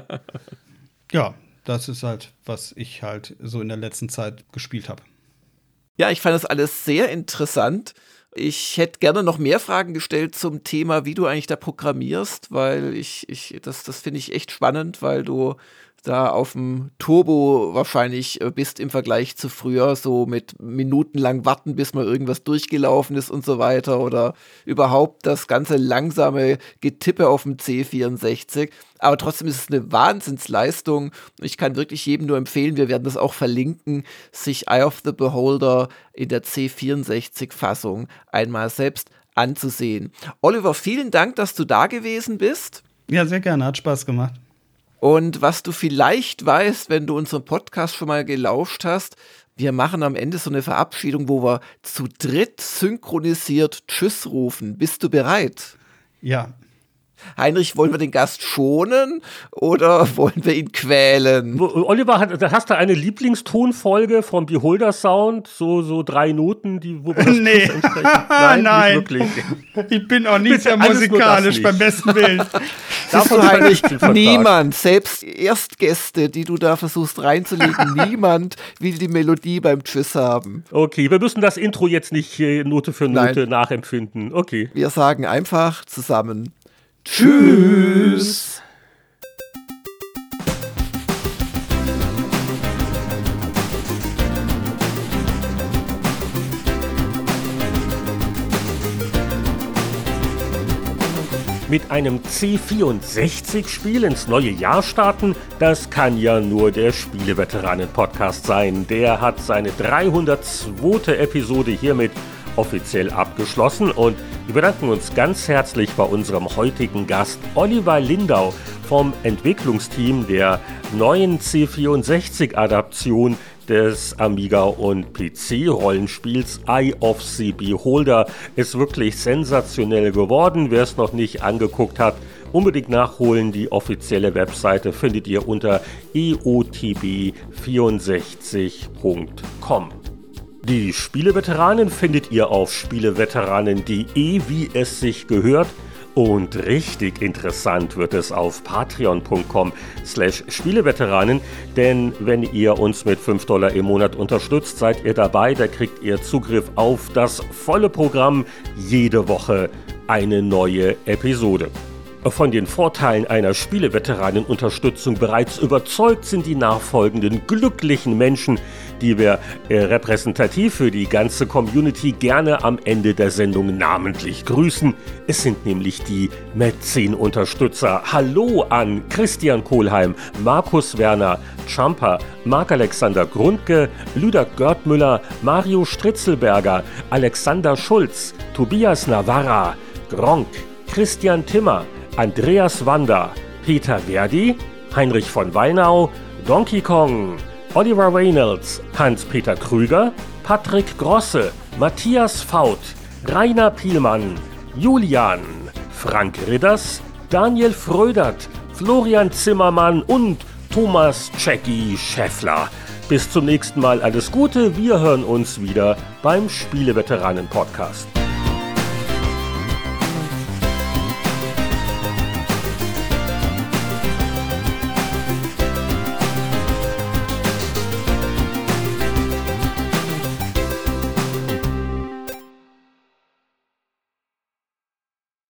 Ja, das ist halt, was ich halt so in der letzten Zeit gespielt habe. Ja, ich fand das alles sehr interessant. Ich hätte gerne noch mehr Fragen gestellt zum Thema, wie du eigentlich da programmierst, weil ich, ich das, das finde ich echt spannend, weil du da auf dem Turbo wahrscheinlich bist im Vergleich zu früher, so mit minutenlang warten, bis mal irgendwas durchgelaufen ist und so weiter oder überhaupt das ganze langsame Getippe auf dem C vierundsechzig. Aber trotzdem ist es eine Wahnsinnsleistung. Ich kann wirklich jedem nur empfehlen, wir werden das auch verlinken, sich Eye of the Beholder in der C vierundsechzig-Fassung einmal selbst anzusehen. Oliver, vielen Dank, dass du da gewesen bist. Ja, sehr gerne, hat Spaß gemacht. Und was du vielleicht weißt, wenn du unseren Podcast schon mal gelauscht hast, wir machen am Ende so eine Verabschiedung, wo wir zu dritt synchronisiert Tschüss rufen. Bist du bereit? Ja. Heinrich, wollen wir den Gast schonen oder wollen wir ihn quälen? Oliver, hast du eine Lieblingstonfolge vom Beholder Sound? So, so drei Noten, die, wo wir das nee. Nein, Nein. nicht wirklich. Ich bin auch nicht sehr musikalisch, beim besten Willen. Siehst du, Heinrich, niemand, selbst Erstgäste, die du da versuchst reinzulegen, niemand will die Melodie beim Tschüss haben. Okay, wir müssen das Intro jetzt nicht Note für Note Nein. nachempfinden. Okay. Wir sagen einfach zusammen Tschüss. Mit einem C vierundsechzig-Spiel ins neue Jahr starten, das kann ja nur der Spieleveteranen-Podcast sein. Der hat seine dreihundertzweite Episode hiermit offiziell abgeschlossen und wir bedanken uns ganz herzlich bei unserem heutigen Gast Oliver Lindau vom Entwicklungsteam der neuen C vierundsechzig-Adaption des Amiga- und P C-Rollenspiels Eye of the Beholder ist wirklich sensationell geworden. Wer es noch nicht angeguckt hat, unbedingt nachholen. Die offizielle Webseite findet ihr unter e o t b vierundsechzig punkt com. Die Spieleveteranen findet ihr auf spieleveteranen punkt de, wie es sich gehört. Und richtig interessant wird es auf patreon punkt com slash Spieleveteranen, denn wenn ihr uns mit fünf Dollar im Monat unterstützt, seid ihr dabei, da kriegt ihr Zugriff auf das volle Programm, jede Woche eine neue Episode. Von den Vorteilen einer Spieleveteranenunterstützung bereits überzeugt sind die nachfolgenden glücklichen Menschen, die wir äh, repräsentativ für die ganze Community gerne am Ende der Sendung namentlich grüßen. Es sind nämlich die Mäzen-Unterstützer. Hallo an Christian Kohlheim, Markus Werner, Champer, Marc-Alexander Grundke, Lüder Görtmüller, Mario Stritzelberger, Alexander Schulz, Tobias Navarra, Gronk, Christian Timmer, Andreas Wander, Peter Verdi, Heinrich von Weinau, Donkey Kong, Oliver Reynolds, Hans-Peter Krüger, Patrick Grosse, Matthias Faut, Rainer Pielmann, Julian, Frank Ridders, Daniel Frödert, Florian Zimmermann und Thomas Jackie Schäffler. Bis zum nächsten Mal alles Gute, wir hören uns wieder beim Spieleveteranen-Podcast.